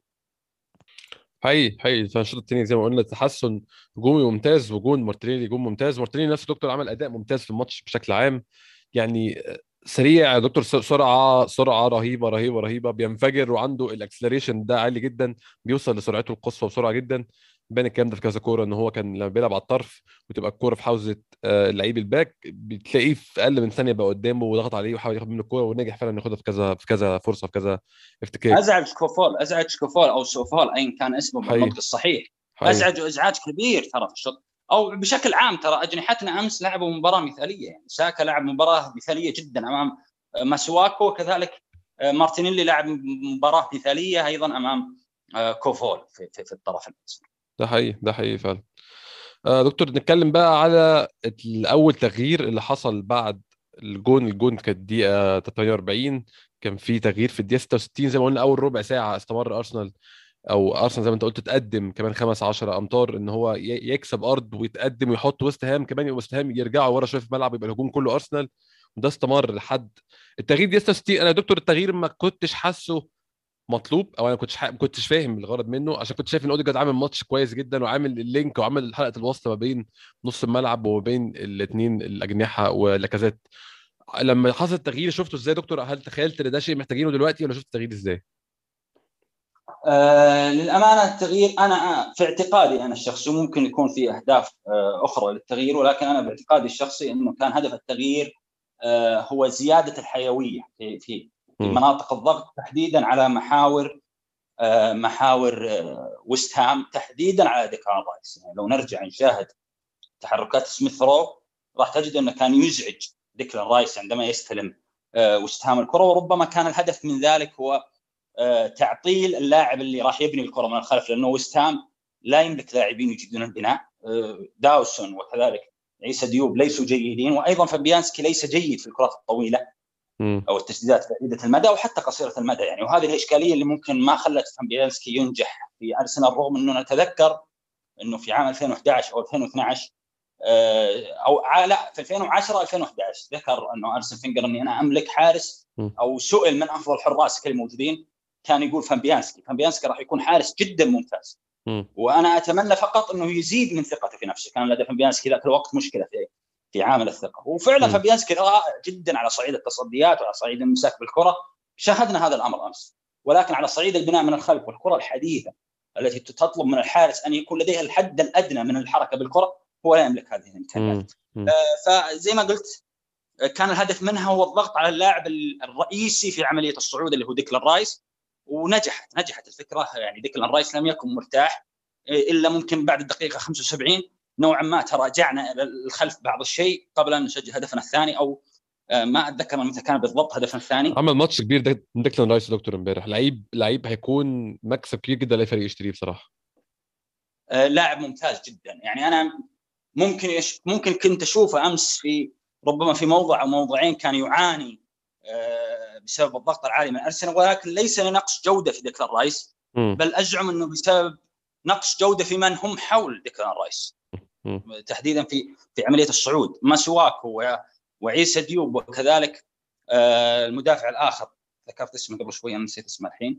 حقيقي حقيقي في الشوط الثاني زي ما قلنا تحسن هجومي ممتاز، وجون مارتينيلي جون ممتاز. مارتينيلي نفسه دكتور عمل اداء ممتاز في الماتش بشكل عام، يعني سريع يا دكتور، سرعه سرعه رهيبه رهيبه رهيبه، بينفجر وعنده الاكسلريشن ده عالي جدا، بيوصل لسرعته القصوى بسرعه جدا. بان الكلام ده في كذا كوره، ان هو كان لما بيلعب على الطرف وتبقى الكوره في حوزه اللعيب الباك بتلاقيه في اقل من ثانيه بقى قدامه وضغط عليه وحاول ياخد منه الكوره، ونجح فعلا ياخدها في كذا في كذا فرصه في كذا افتكاك. ازعج كوفول ازعج كوفول او سوفول ايا كان اسمه بالنطق الصحيح، ازعج ازعاج كبير ترى في الشوط، او بشكل عام ترى اجنحتنا امس لعبوا مباراه مثاليه، يعني ساكا لعب مباراه مثاليه جدا امام ماسواكو، وكذلك مارتينيلي لعب مباراه مثاليه ايضا امام كوفول في, في, في الطرف الايسر. ده حقيقي ده حقيقي فعلا. آه دكتور نتكلم بقى على الاول تغيير اللي حصل بعد الجون. الجون كانت دقيقه ثمانية وأربعين، كان في تغيير في الدقيقه ستة وستين زي ما قلنا. اول ربع ساعه استمر ارسنال او ارسنال زي ما انت قلت تقدم كمان خمس عشرة امتار ان هو يكسب ارض ويتقدم ويحط ويست هام كمان، ويست هام يرجعوا ورا شويه في الملعب، يبقى الهجوم كله ارسنال، وده استمر لحد التغيير دي ستة وستين. انا يا دكتور التغيير ما كنتش حاسه مطلوب، او انا كنتش ح... كنتش فاهم الغرض منه، عشان كنت شايف ان اوديجارد عامل ماتش كويس جدا وعامل اللينك وعامل حلقه الوصل ما بين نص الملعب وما بين الاثنين الاجنحه ولاكازيت. لما حصل التغيير شفته ازاي دكتور؟ هل تخيلت ان ده شيء محتاجينه دلوقتي ولا شفت التغيير ازاي؟ آه للامانه التغيير انا في اعتقادي انا الشخصي ممكن يكون في اهداف آه اخرى للتغيير، ولكن انا باعتقادي الشخصي انه كان هدف التغيير آه هو زياده الحيويه في في, في مناطق الضغط، تحديدا على محاور آه محاور آه ويست هام، تحديدا على ديكلان رايس. يعني لو نرجع نشاهد تحركات سميث رو راح تجد انه كان يزعج ديكلان رايس عندما يستلم آه ويست هام الكره، وربما كان الهدف من ذلك هو تعطيل اللاعب اللي راح يبني الكره من الخلف، لانه ويست هام لا يملك لاعبين يجيدون البناء. داوسون وكذلك عيسى ديوب ليسوا جيدين، وايضا فابيانسكي ليس جيد في الكرات الطويله او التسديدات بعيده المدى وحتى قصيره المدى، يعني وهذه الاشكاليه اللي ممكن ما خلت فابيانسكي ينجح في ارسنال، رغم انه نتذكر انه في عام ألفين وأحد عشر او ألفين واثني عشر او لا في ألفين وعشرة ألفين وأحد عشر ذكر انه ارسن فينجر اني انا املك حارس، او سئل من افضل الحراس كل موجودين، كان يقول فامبيانسكي فامبيانسكي راح يكون حارس جدا ممتاز. م. وانا اتمنى فقط انه يزيد من ثقته في نفسه، كان لدى فامبيانسكي ذاك الوقت مشكله في في عامل الثقه، وفعلا فامبيانسكي رائع جدا على صعيد التصديات وعلى صعيد المساك بالكره، شاهدنا هذا الامر امس. ولكن على صعيد البناء من الخلف والكره الحديثه التي تطلب من الحارس ان يكون لديه الحد الادنى من الحركه بالكره، هو لا يملك هذه الامكانيات. فزي ما قلت كان الهدف منها هو الضغط على اللاعب الرئيسي في عمليه الصعود اللي هو ديكلان رايس، ونجحت نجحت الفكره. يعني ديكلان رايس لم يكن مرتاح الا ممكن بعد الدقيقه خمسة وسبعين نوعا ما تراجعنا الى الخلف بعض الشيء قبل ان نسجل هدفنا الثاني، او ما اتذكر متى كان بالضبط هدفنا الثاني. عمل ماتش كبير ده ديكلان رايس دكتور امبارح، لعيب لعيب هيكون مكسب كبير جدا للفريق يشتريه بصراحه. لاعب ممتاز جدا. يعني انا ممكن يش... ممكن كنت اشوفه امس في ربما في موضع او موضعين كان يعاني بسبب الضغط العالي من ارسنال، ولكن ليس لنقص جوده في ديكلان رايس، م. بل ازعم انه بسبب نقص جوده في من هم حول ديكلان رايس، م. تحديدا في في عمليه الصعود. ماسواكو وعيسى ديوب، وكذلك المدافع الاخر ذكرت اسمه قبل شويه نسيت اسمه الحين،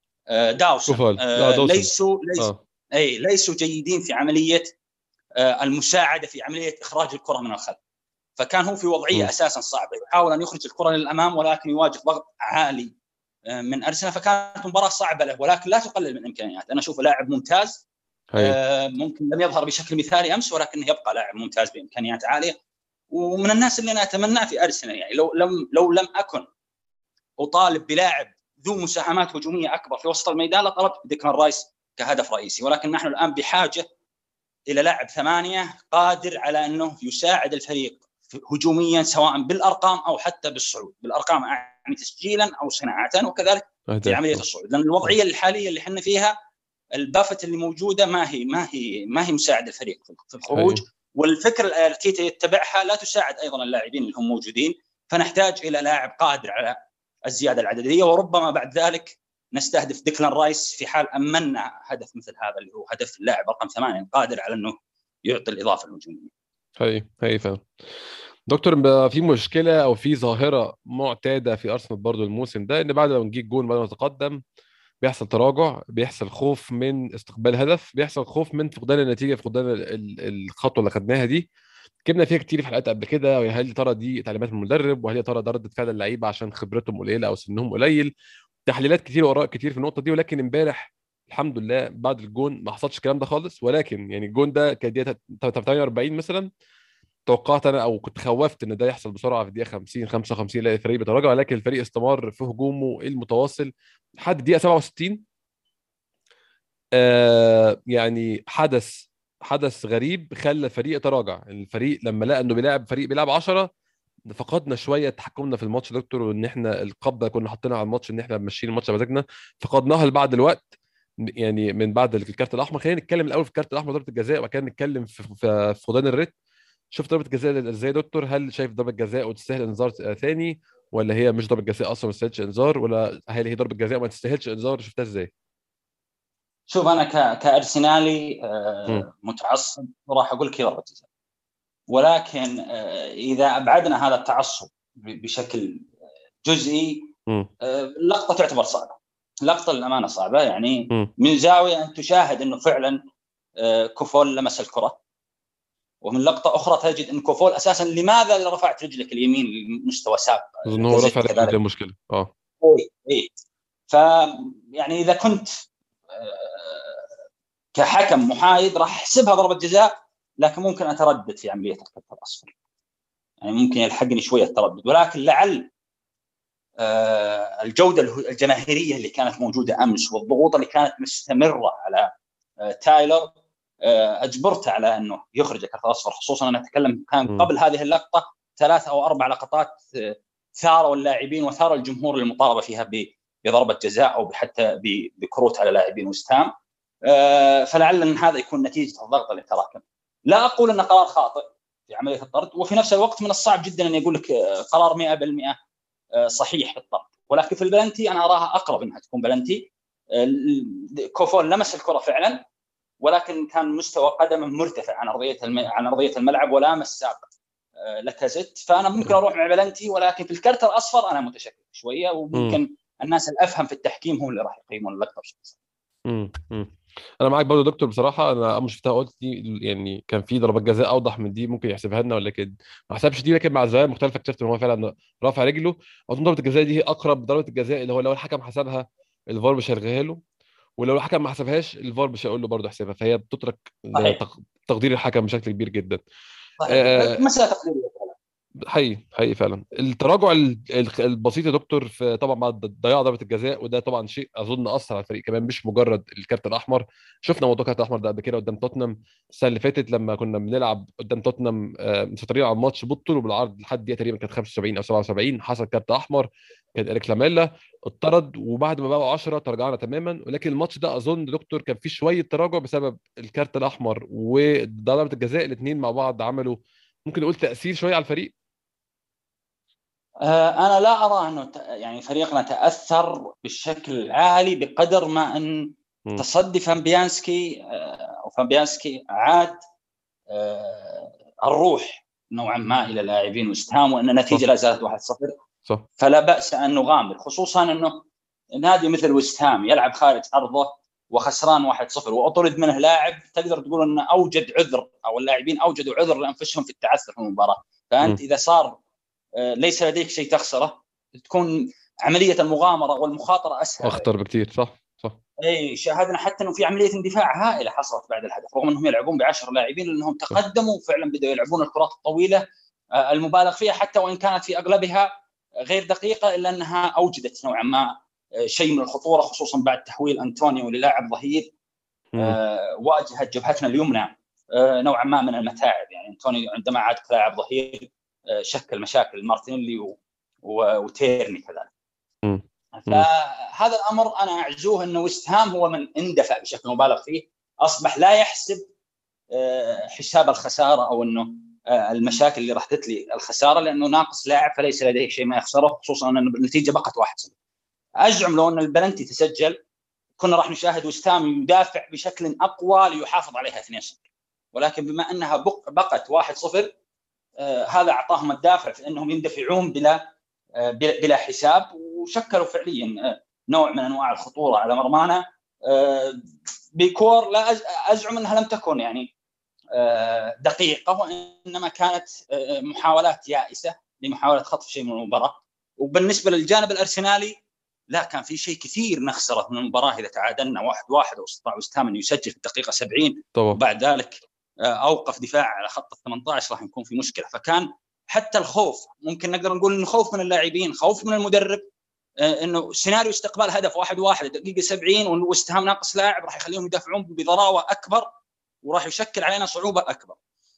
داوسون. ليسوا ليسوا آه. اي ليسوا جيدين في عمليه المساعده في عمليه اخراج الكره من الخلف. فكان هو في وضعيه م. اساسا صعبه، يحاول ان يخرج الكره للامام ولكن يواجه ضغط عالي من ارسنال، فكانت مباراه صعبه له، ولكن لا تقلل من امكانياته. انا اشوفه لاعب ممتاز. آه ممكن لم يظهر بشكل مثالي امس، ولكنه يبقى لاعب ممتاز بامكانيات عاليه، ومن الناس اللي انا اتمناه في ارسنال. يعني لو لم لو لم اكن اطالب بلاعب ذو مساهمات هجوميه اكبر في وسط الميدان لطلبت ديكلان رايس كهدف رئيسي، ولكن نحن الان بحاجه الى لاعب ثمانيه قادر على انه يساعد الفريق هجوميا، سواء بالارقام او حتى بالصعود. بالارقام يعني تسجيلا او صناعه، وكذلك في عمليه الصعود، لان الوضعيه الحاليه اللي احنا فيها البافت اللي موجوده ما هي ما هي ما هي مساعد الفريق في الخروج، والفكره التي يتبعها لا تساعد ايضا اللاعبين اللي هم موجودين. فنحتاج الى لاعب قادر على الزياده العدديه، وربما بعد ذلك نستهدف ديكلان رايس في حال امنا هدف مثل هذا اللي هو هدف اللاعب رقم ثمانية قادر على انه يعطي الاضافه الهجوميه. هي هي فعلا دكتور. في مشكله او في ظاهره معتاده في ارسنال برضو الموسم ده، ان بعد ما نجيب جون بعد ما نتقدم بيحصل تراجع، بيحصل خوف من استقبال هدف، بيحصل خوف من فقدان النتيجه، فقدان الخطوه اللي خدناها دي. كنا فيها كتير في حلقات قبل كده، وهل ترى دي تعليمات المدرب، وهل ترى ده ردة فعل اللعيبه عشان خبرتهم قليله او سنهم قليل؟ تحليلات كتير واراء كتير في النقطه دي. ولكن امبارح الحمد لله بعد الجون ما حصلش الكلام ده خالص. ولكن يعني الجون ده كان دقيقه ثمانية وأربعين مثلا، توقعت انا او كنت خوفت ان ده يحصل بسرعه في الدقيقه خمسين خمسة وخمسين لا الفريق بيتراجع، ولكن الفريق استمر في هجومه المتواصل لحد الدقيقه سبعة وستين. آه يعني حدث حدث غريب خلى الفريق يتراجع. الفريق لما لقى انه بيلعب فريق بيلعب عشرة، فقدنا شويه تحكمنا في الماتش دكتور، وان احنا القبضه كنا حاطينها على الماتش ان احنا ماشيين الماتش بمزاجنا، فقدناها بعد الوقت. يعني من بعد الكارت الاحمر. خلينا نتكلم الاول في الكارت الاحمر ضربه الجزاء، وبعد كده نتكلم في في فقدان الريت. شفت ضربه الجزاء ازاي دكتور؟ هل شايف ضربه جزاء وتستاهل انذار ثاني، ولا هي مش ضربه جزاء اصلا ما تستاهلش انذار، ولا هل هي ضربه جزاء ما تستاهلش انذار؟ شفتها ازاي؟ شوف انا ك... كارسنالي آه متعصب وراح اقول كذا ضربه جزاء، ولكن آه اذا ابعدنا هذا التعصب بشكل جزئي، آه لقطه تعتبر صعبه، لقطه للامانه صعبه. يعني م. من زاويه ان تشاهد انه فعلا آه كوفول لمس الكره، ومن لقطه اخرى تجد ان كوفول اساسا لماذا رفعت رجلك اليمين لمستوى ساق؟ اظن هو رفع رجله المشكله. اه اي اي ف يعني اذا كنت كحكم محايد راح احسبها ضربه جزاء، لكن ممكن اتردد في عمليه الكرت الاصفر، يعني ممكن يلحقني شويه التردد. ولكن لعل الجوده الجماهيريه اللي كانت موجوده امس والضغوط اللي كانت مستمره على تايلر اجبرته على انه يخرج الكرت الاصفر. خصوصا انا اتكلم كان قبل هذه اللقطه ثلاث او اربع لقطات ثاروا اللاعبين وثار الجمهور للمطالبه فيها بضربه جزاء او حتى بكروت على لاعبين وستام. فلعل ان هذا يكون نتيجه الضغط اللي تراكم. لا اقول ان قرار خاطئ في عمليه الطرد، وفي نفس الوقت من الصعب جدا ان يقول لك قرار مئة بالمئة صحيح في الطرد، ولكن في البلنتي انا اراها اقرب انها تكون بلنتي. كوفول لمس الكره فعلا، ولكن كان مستوى قدمه مرتفع عن ارضيه عن ارضيه الملعب ولامس ساق لاكازيت، فانا ممكن اروح مع بلنتي. ولكن في الكرت الاصفر انا متشكك شويه، وممكن الناس الافهم في التحكيم هم اللي راح يقيمون اللقطه بشكل امم انا معاك برضه يا دكتور بصراحه. انا اول ما شفتها قلت دي يعني كان في ضربات جزاء اوضح من دي ممكن يحسبها لنا، ولكن ما حسبش دي. لكن مع الزوايا المختلفه اكتشفت ان هو فعلا رافع رجله. اظن ضربه الجزاء دي هي اقرب ضربه الجزاء اللي هو لو الحكم حسبها الفار مش هيلغيها له، ولو الحكم ما حسبهاش الفار مش هيقول له برضه احسبها. فهي بتترك صحيح لتق- تقدير الحكم بشكل كبير جدا. صحيح، آه، مساله تقديريه. حقيقي حقيقي فعلا التراجع ال- ال- البسيط يا دكتور في طبعا بعد ضياع ضربه الجزاء، وده طبعا شيء اظن اثر على الفريق كمان مش مجرد الكارت الاحمر. شفنا موضوع الكارت الاحمر ده قبل كده قدام توتنهام السنه اللي فاتت لما كنا بنلعب قدام توتنهام، آه، مسيطرين على الماتش بالطول وبالعرض لحد دقيقه تقريبا كانت خمسة وسبعين او سبعة وسبعين، حصل كارت احمر. كان اريك لاميلا اتطرد، وبعد ما بقوا عشرة تراجعنا تماما. ولكن الماتش ده اظن يا دكتور كان فيه شويه تراجع بسبب الكارت الاحمر وضربه الجزاء، الاثنين مع بعض عملوا ممكن نقول تاثير شويه على الفريق. آه، أنا لا أرى أنه ت- يعني فريقنا تأثر بالشكل العالي بقدر ما أن مم. تصدي فامبيانسكي آه، أو فامبيانسكي عاد آه، الروح نوعا ما إلى لاعبين وست هام، وأن النتيجة صح لا زالت واحد صفر. صح. فلا بأس أن نغامر، خصوصا أنه نادي مثل وست هام يلعب خارج أرضه وخسران واحد صفر وأطرد منه لاعب، تقدر تقول أنه أوجد عذر أو اللاعبين أوجدوا عذر لأنفسهم في التعثر في المباراة. فأنت مم. إذا صار ليس لديك شيء تخسره، تكون عملية المغامرة والمخاطرة أسهل عليك. اخطر بكتير. صح صح. اي شاهدنا حتى انه في عمليه اندفاع هائله حصلت بعد الهدف، رغم انهم يلعبون بعشر لاعبين لانهم صح. تقدموا وفعلا بدأوا يلعبون الكرات الطويله آه، المبالغ فيها، حتى وان كانت في اغلبها غير دقيقه الا انها اوجدت نوعا ما آه، شيء من الخطوره، خصوصا بعد تحويل انطونيو للاعب ظهير. مم. آه، واجهت جبهتنا اليمنى آه، نوعا ما من المتاعب. يعني انطونيو عندما عاد كلاعب ظهير آه، شكل مشاكل مارتينيلي و... و... وتيرني كذلك. مم. مم. فهذا الامر انا اعزوه انه وست هام هو من اندفع بشكل مبالغ فيه، اصبح لا يحسب حساب الخساره او انه المشاكل اللي راحت لي الخساره، لانه ناقص لاعب فليس لديه شيء ما يخسره، خصوصا ان النتيجه بقت واحد صفر. ازعم لو ان البلنتي تسجل كنا راح نشاهد وست هام يدافع بشكل اقوى ليحافظ عليها اثنين صفر، ولكن بما انها بقت واحد صفر آه هذا اعطاهم الدافع في انهم يندفعون بلا آه بلا حساب، وشكلوا فعليا نوع من انواع الخطوره على مرمانا آه بكور لا ازعم انها لم تكن يعني آه دقيقه، وانما كانت آه محاولات يائسه لمحاوله خطف شيء من المباراه. وبالنسبه للجانب الارسنالي لا، كان في شيء كثير نخسره من المباراه اذا تعادلنا واحد واحد واستطاع وست هام يسجل في الدقيقه سبعين طبعا. وبعد ذلك اوقف دفاع على خط ال ثمانية عشر، راح يكون في مشكله. فكان حتى الخوف، ممكن نقدر نقول انه خوف من اللاعبين، خوف من المدرب، انه سيناريو استقبال هدف واحد واحد دقيقه سبعين ووست هام ناقص لاعب راح يخليهم يدافعون بضراوه اكبر وراح يشكل علينا صعوبه اكبر.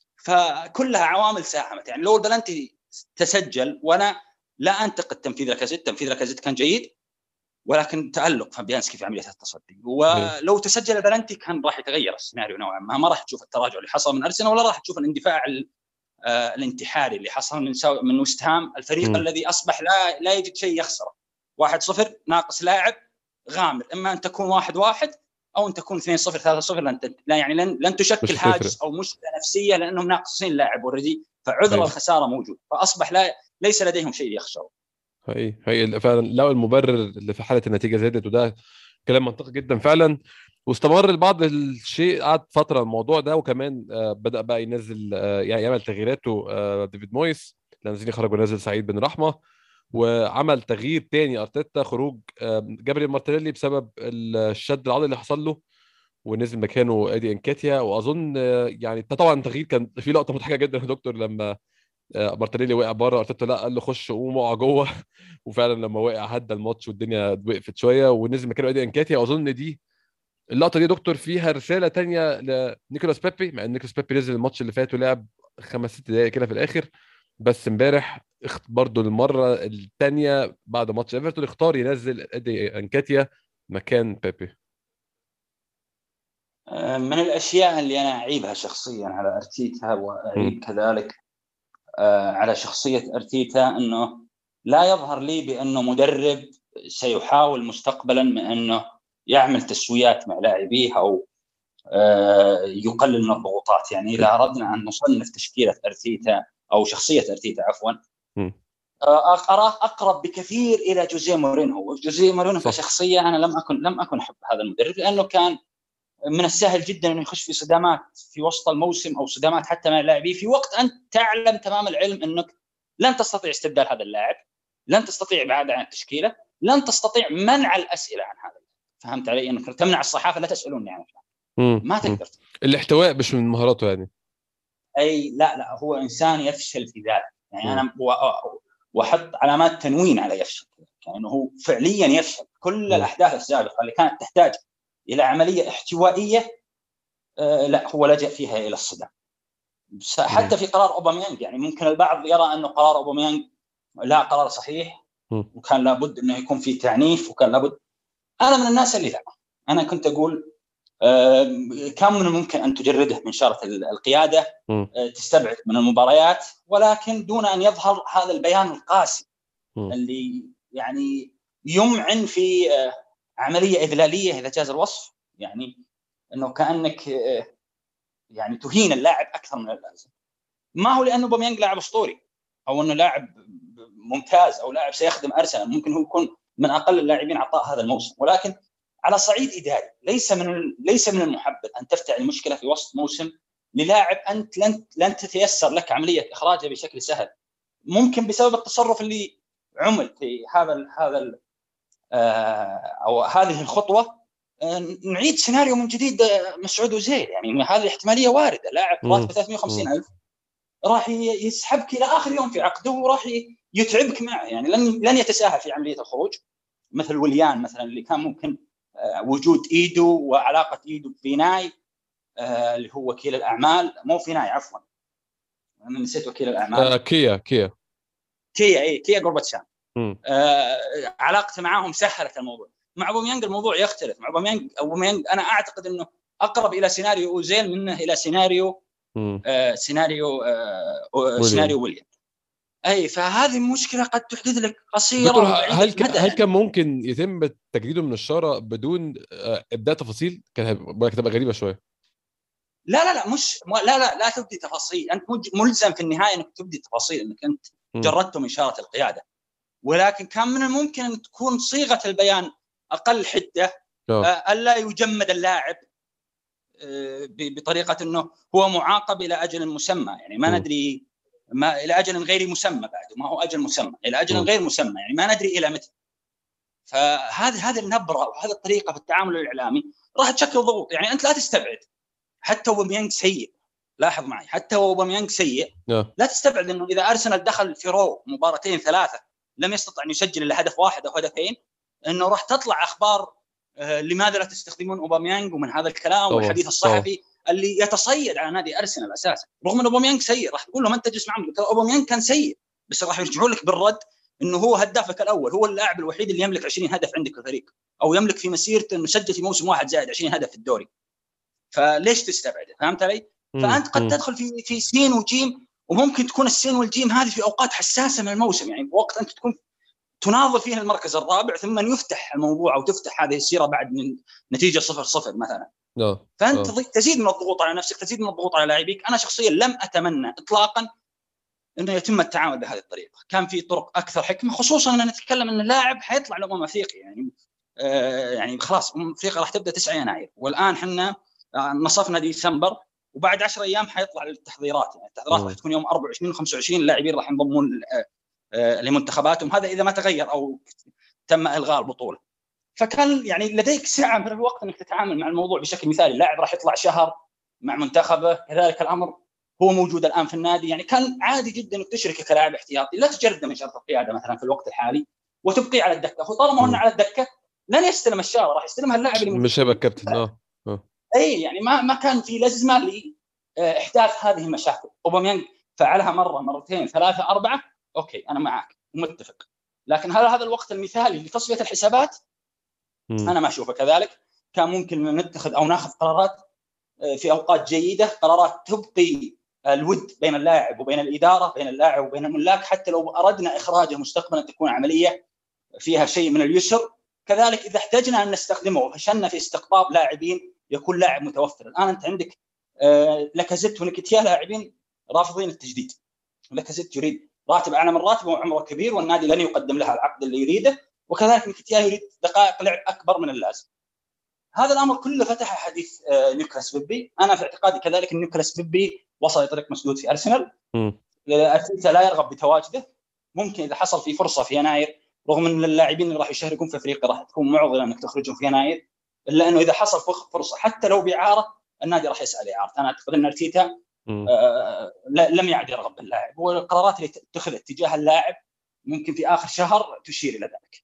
فكلها عوامل ساهمت. يعني لو البلنتي تسجل، وانا لا انتقد تنفيذ لاكازيت، تنفيذ لاكازيت كان جيد، ولكن تألق فابيانسكي في عمليه التصدي. صحيح. ولو تسجل البلنتي كان راح يتغير السيناريو نوعا ما، ما راح تشوف التراجع اللي حصل من ارسنال ولا راح تشوف الاندفاع آه الانتحاري اللي حصل من سو... من وست هام، الفريق مم. الذي اصبح لا لا يجد شيء يخسره. واحد صفر ناقص لاعب، غامر، اما ان تكون واحد واحد او ان تكون اثنين صفر ثلاثة صفر، لن لا يعني لن, لن تشكل مش هتفرق. هاجس او مشكله نفسيه لانهم ناقصين لاعب اوريدي، فعذر هي الخساره موجود، فاصبح لا ليس لديهم شيء يخسره. هي هي فعلا لو المبرر اللي في حاله النتيجه زادت، وده كلام منطقي جدا فعلا. واستمر البعض الشيء قعد فتره الموضوع ده، وكمان آه، بدا بقى ينزل آه، يعني يعمل تغييراته آه، ديفيد مويس لما نزل يخرج ونزل سعيد بن رحمه. وعمل تغيير تاني ارتيتا، خروج آه، جابريل مارتينيلي بسبب الشد العضلي اللي حصل له، ونزل مكانه ادي انكاتيا. واظن آه، يعني ده طبعا تغيير كان في لقطه مضحكه جدا يا دكتور لما آه، مارتينيلي وقع بره ارتيتا لا قال له خش قوم اقع جوه وفعلا لما وقع هدى الماتش والدنيا وقفت شويه ونزل مكانه ادي انكاتيا. واظن دي اللقطه دي دكتور فيها رساله تانية لنيكولاس بيبي، مع ان نيكولاس بيبي نزل الماتش اللي فات ولعب خمس ست دقائق كده في الاخر، بس امبارح برضه المره الثانيه بعد ماتش ايفرتون اختار ينزل ادي انكاتيا مكان بيبي. من الاشياء اللي انا اعيبها شخصيا على ارتيتا مم. واعيب كذلك على شخصيه ارتيتا انه لا يظهر لي بانه مدرب سيحاول مستقبلا من انه يعمل تسويات مع لاعبيه او يقلل من الضغوطات. يعني اذا اردنا ان نصنف تشكيله ارتيتا او شخصيه ارتيتا عفوا، مم. اراه اقرب بكثير الى جوزيه مورينهو. جوزيه مورينهو صح. كشخصيه انا لم اكن لم اكن احب هذا المدرب، لانه كان من السهل جدا انه يخش في صدامات في وسط الموسم او صدامات حتى مع اللاعبين في وقت انت تعلم تمام العلم انك لن تستطيع استبدال هذا اللاعب، لن تستطيع ابعاده عن التشكيله، لن تستطيع منع الاسئله عن هذا. فهمت علي؟ انك تمنع الصحافه لا تسالوني عنه، ما تقدر. الاحتواء مش من مهاراته يعني. اي لا لا هو انسان يفشل في ذلك يعني. م. انا واحط علامات تنوين على يفشل، يعني انه هو فعليا يفشل. كل م. الاحداث السابقه اللي كانت تحتاج الى عمليه احتوائيه آه لا هو لجأ فيها الى الصدام. حتى في قرار أوباميانغ، يعني ممكن البعض يرى انه قرار أوباميانغ لا قرار صحيح م. وكان لابد انه يكون في تعنيف وكان لابد. انا من الناس اللي لا، انا كنت اقول كان من الممكن أن تجرده من شارة القيادة، م. تستبعد من المباريات، ولكن دون أن يظهر هذا البيان القاسي م. اللي يعني يمعن في عملية إذلالية إذا جاز الوصف، يعني أنه كأنك يعني تهين اللاعب أكثر من اللازم. ما هو لأنه أوباميانغ لاعب أسطوري أو أنه لاعب ممتاز أو لاعب سيخدم أرسنال، ممكن هو يكون من أقل اللاعبين عطاء هذا الموسم، ولكن على صعيد إداري ليس من ليس من المحبب أن تفتعل مشكلة في وسط موسم للاعب أنت لن لن تتيسر لك عملية إخراجه بشكل سهل، ممكن بسبب التصرف اللي عمل في هذا هذا أو هذه الخطوة نعيد سيناريو من جديد مسعود أوزيل. يعني هذه الاحتمالية واردة. لاعب راتبه ثلاثمائة وخمسين ألف راح يسحبك إلى آخر يوم في عقده وراح يتعبك معه، يعني لن لن يتساهل في عملية الخروج. مثل ويليان مثلا اللي كان ممكن وجود إيدو وعلاقة إيدو بفيناي آه اللي هو وكيل الأعمال، مو فيناي عفوا أنا نسيت وكيل الأعمال آه كيا كيا كيا إيه كيا غورباتشان آه علاقته معهم سهلت الموضوع. مع أوباميانغ الموضوع يختلف. مع أوباميانغ أوباميانغ أنا أعتقد إنه أقرب إلى سيناريو أوزيل منه إلى سيناريو آه سيناريو آه سيناريو ويليام. أي فهذه مشكلة قد تحدث لك قصيرة هل ك... هل كان ممكن يتم تجديده من الشارة بدون ابداء تفاصيل؟ كان هتبقى غريبة شوية. لا لا لا مش لا لا لا تبدي تفاصيل. انت ملزم في النهايه انك تبدي تفاصيل انك انت جردته من شارة القياده، ولكن كان من الممكن ان تكون صيغه البيان اقل حده، الا يجمد اللاعب بطريقه انه هو معاقب الى اجل مسمى، يعني ما ندري ما الى اجل غير مسمى بعد ما هو اجل مسمى الى اجل غير مسمى، يعني ما ندري الى متى. فهذه هذه النبره وهذه الطريقه في التعامل الاعلامي راح تشكل ضغوط. يعني انت لا تستبعد حتى أوباميانغ سيء، لاحظ معي حتى أوباميانغ سيء لا تستبعد انه اذا ارسنال دخل في رو مباراتين ثلاثه لم يستطع ان يسجل الا هدف واحد او هدفين، انه راح تطلع اخبار آه لماذا لا تستخدمون أوباميانغ ومن هذا الكلام والحديث الصحفي طبعا. اللي يتصيد على نادي ارسنال اساسا رغم ان أوباميانغ سيء. راح تقول له ما انت تجلس معهم، أوباميانغ كان سيء بس راح يرجعون لك بالرد انه هو هدافك الاول، هو اللاعب الوحيد اللي يملك عشرين هدف عندك في الفريق او يملك في مسيرته انه سجل في موسم واحد زائد عشرين هدف في الدوري، فليش تستبعده؟ فهمت علي؟ فأنت قد تدخل في في سين وجيم، وممكن تكون السين والجيم هذه في أوقات حساسة من الموسم، يعني وقت أنت تكون تناظر فيه المركز الرابع ثم يفتح الموضوع أو تفتح هذه السيرة بعد من نتيجة صفر صفر مثلا. لا. فأنت لا. تزيد من الضغوط على نفسك، تزيد من الضغوط على لاعبيك. أنا شخصيا لم أتمنى إطلاقا إنه يتم التعامل بهذه الطريقة، كان في طرق أكثر حكمة، خصوصا أن نتكلم أن اللاعب حيطلع لأمم أفريقيا، يعني آه يعني خلاص أمم أفريقيا راح تبدأ تسعة يناير والآن حنا نصفنا ديسمبر وبعد عشرة أيام حيطلع للتحضيرات، يعني التحضيرات راح تكون يوم أربعة وعشرين وخمسة وعشرين اللاعبين راح ينضمون لمنتخباتهم، هذا إذا ما تغير أو تم إلغاء البطولة. فكان يعني لديك ساعة من الوقت أنك تتعامل مع الموضوع بشكل مثالي. اللاعب راح يطلع شهر مع منتخبه، كذلك الأمر هو موجود الآن في النادي، يعني كان عادي جدا أنك تشركه كلاعب احتياطي، لا تجرده من شرط القيادة مثلا في الوقت الحالي وتبقيه على الدكة. وطالما هو على الدكة لن يستلم الشارة، راح يستلمها اللاعب اللي مش هيبقى الكابتن. اه اي يعني ما ما كان في لازمه لاحداث هذه المشاكل. أوباميانغ فعلها مره مرتين ثلاثه اربعه، اوكي انا معك ومتفق، لكن هل هذا الوقت المثالي لتصفيه الحسابات؟ م. انا ما اشوفه كذلك. كان ممكن نتخذ او ناخذ قرارات في اوقات جيده، قرارات تبقي الود بين اللاعب وبين الاداره، بين اللاعب وبين الملاك، حتى لو اردنا اخراجه مستقبلا تكون عمليه فيها شيء من اليسر. كذلك اذا احتجنا ان نستخدمه وفشلنا في استقطاب لاعبين يكون لاعب متوفر. الان انت عندك آه لاكازيت ونكيتيا لاعبين رافضين التجديد. لاكازيت يريد راتب اعلى من راتبه وعمره كبير والنادي لن يقدم له العقد اللي يريده، وكذلك نكيتيا يريد دقائق لعب اكبر من اللازم. هذا الامر كله فتح حديث نيكولاس بيبي. انا في اعتقادي كذلك ان نيكولاس بيبي وصل لطريق مسدود في ارسنال. ارتيتا لا يرغب بتواجده. ممكن اذا حصل في فرصه في يناير، رغم ان اللاعبين اللي راح يشاركون في فريقه راح تكون معضله انك تخرجهم في يناير، الا انه اذا حصل فرصه حتى لو باعاره النادي راح يسال اعاره. انا اعتقد ان ارتيتا آه لم يعد يرغب باللاعب، والقرارات اللي اتخذت تجاه اللاعب ممكن في اخر شهر تشير الى ذلك.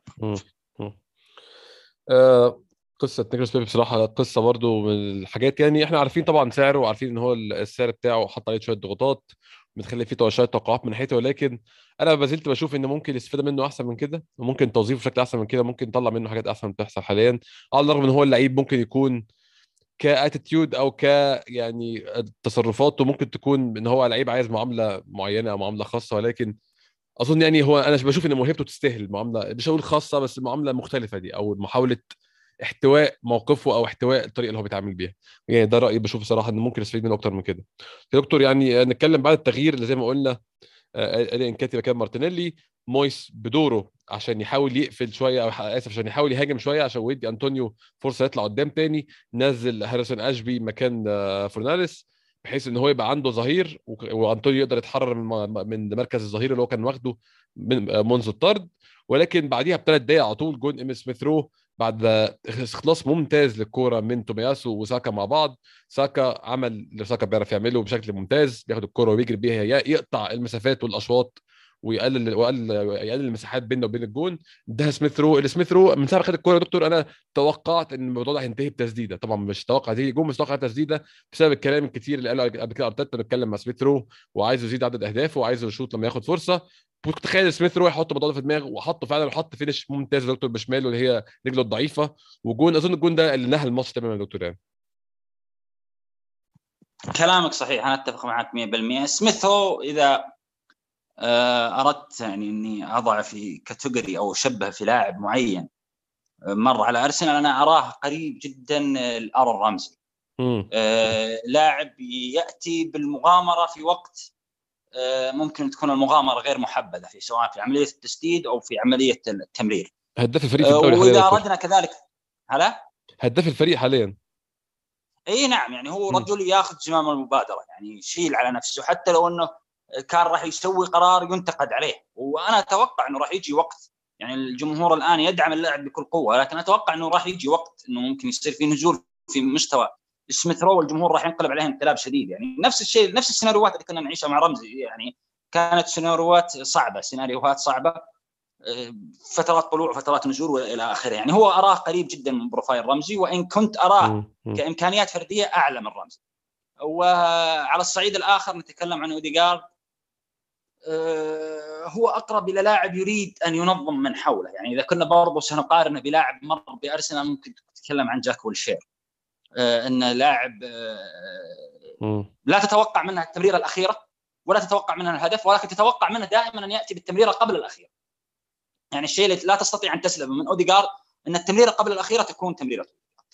آه قصه نيكولاس بيبي بصراحه قصه برضو من الحاجات، يعني احنا عارفين طبعا سعره وعارفين ان هو السعر بتاعه حط عليه شويه ضغوطات بتخلي فيه شويه توقعات من ناحيته، ولكن انا ما زلت بشوف ان ممكن الاستفاده منه احسن من كده، وممكن توظيفه بشكل احسن من كده، ممكن نطلع منه حاجات احسن بتحصل حاليا، على الرغم ان هو اللعيب ممكن يكون كاتيتيود او ك يعني تصرفاته ممكن تكون ان هو لعيب عايز معامله معينه او معامله خاصه، ولكن اظن يعني هو انا بشوف ان موهبته تستاهل معامله، مش هقول خاصه بس معامله مختلفه دي، او محاوله احتواء موقفه او احتواء الطريقه اللي هو بيتعامل بيها. يعني ده رايي، بشوف صراحه ان ممكن نستفيد منه اكتر من كده. يا دكتور يعني نتكلم بعد التغيير اللي زي ما قلنا، ادي انكاتي مكان مارتينيلي، مويس بدوره عشان يحاول يقفل شويه، او اسف عشان يحاول يهاجم شويه عشان ويدي انطونيو فرصه يطلع قدام تاني، نزل هاريسون اشبي مكان فورناليس بحيث ان هو يبقى عنده ظهير وانطونيو يقدر يتحرر من من مركز الظهير اللي هو كان واخده من منذ الطرد. ولكن بعديها بثلاث دقائق على طول جون ايميل سميث رو بعد اخلاص ممتاز للكوره من تومياسو وساكا مع بعض. ساكا عمل اللي ساكا بيعرف يعمله بشكل ممتاز، بياخد الكوره ويجري بيها يقطع المسافات والاشواط ويقلل ويقلل يقلل المساحات بينه وبين الجون. ده سميث رو السميث رو من ساعه ما خد الكوره يا دكتور انا توقعت ان الموضوع ده هينتهي بتسديده، طبعا مش توقع تيجي جون، بس توقع تسديده بسبب الكلام الكتير اللي قاله قبل كده ارتيتا بيتكلم مع سميث رو وعايزه يزيد عدد اهدافه وعايزه يشوط لما ياخد فرصه. كنت تخيل سميث رو يحط الموضوع ده في دماغه وحطه فعلا، وحط فينش ممتاز يا دكتور بشماله اللي هي رجله الضعيفه، وجون اظن الجون ده اللي نهى الماتش تماما يا دكتور. يعني كلامك صحيح، انا اتفق معك مية بالمية. سميث هو اذا اردت يعني اني اضع في كاتيجوري او شبه في لاعب معين مر على ارسنال، انا اراه قريب جدا لارون رامزي. آه لاعب ياتي بالمغامره في وقت آه ممكن تكون المغامره غير محبذه في سواء في عمليه التسديد او في عمليه التمرير. هداف الفريق في الدوري آه حاليا. واذا اردنا كذلك هلا هداف الفريق حاليا. اي نعم، يعني هو رجل ياخذ زمام المبادره، يعني يشيل على نفسه حتى لو انه كان راح يسوي قرار ينتقد عليه. وانا اتوقع انه راح يجي وقت، يعني الجمهور الان يدعم اللاعب بكل قوه، لكن اتوقع انه راح يجي وقت انه ممكن يصير في نزول في مستوى سميث رو، والجمهور راح ينقلب عليه انقلاب شديد. يعني نفس الشيء، نفس السيناريوهات اللي كنا نعيشها مع رمزي، يعني كانت سيناريوهات صعبه سيناريوهات صعبه فترات طلوع فترات نزول والى اخره. يعني هو اراه قريب جدا من بروفايل رمزي، وان كنت اراه كامكانيات فرديه اعلى من رمزي. وعلى الصعيد الاخر نتكلم عن اوديغارد، هو اقرب الى لاعب يريد ان ينظم من حوله. يعني اذا كنا برضه سنقارنه بلاعب مر بارسنال ممكن تتكلم عن جاك ويلشير، ان لاعب لا تتوقع منه التمريره الاخيره ولا تتوقع منه الهدف، ولكن تتوقع منه دائما ان ياتي بالتمريره قبل الاخيره. يعني الشيء اللي لا تستطيع ان تسلبه من اوديغارد ان التمريره قبل الاخيره تكون تمريره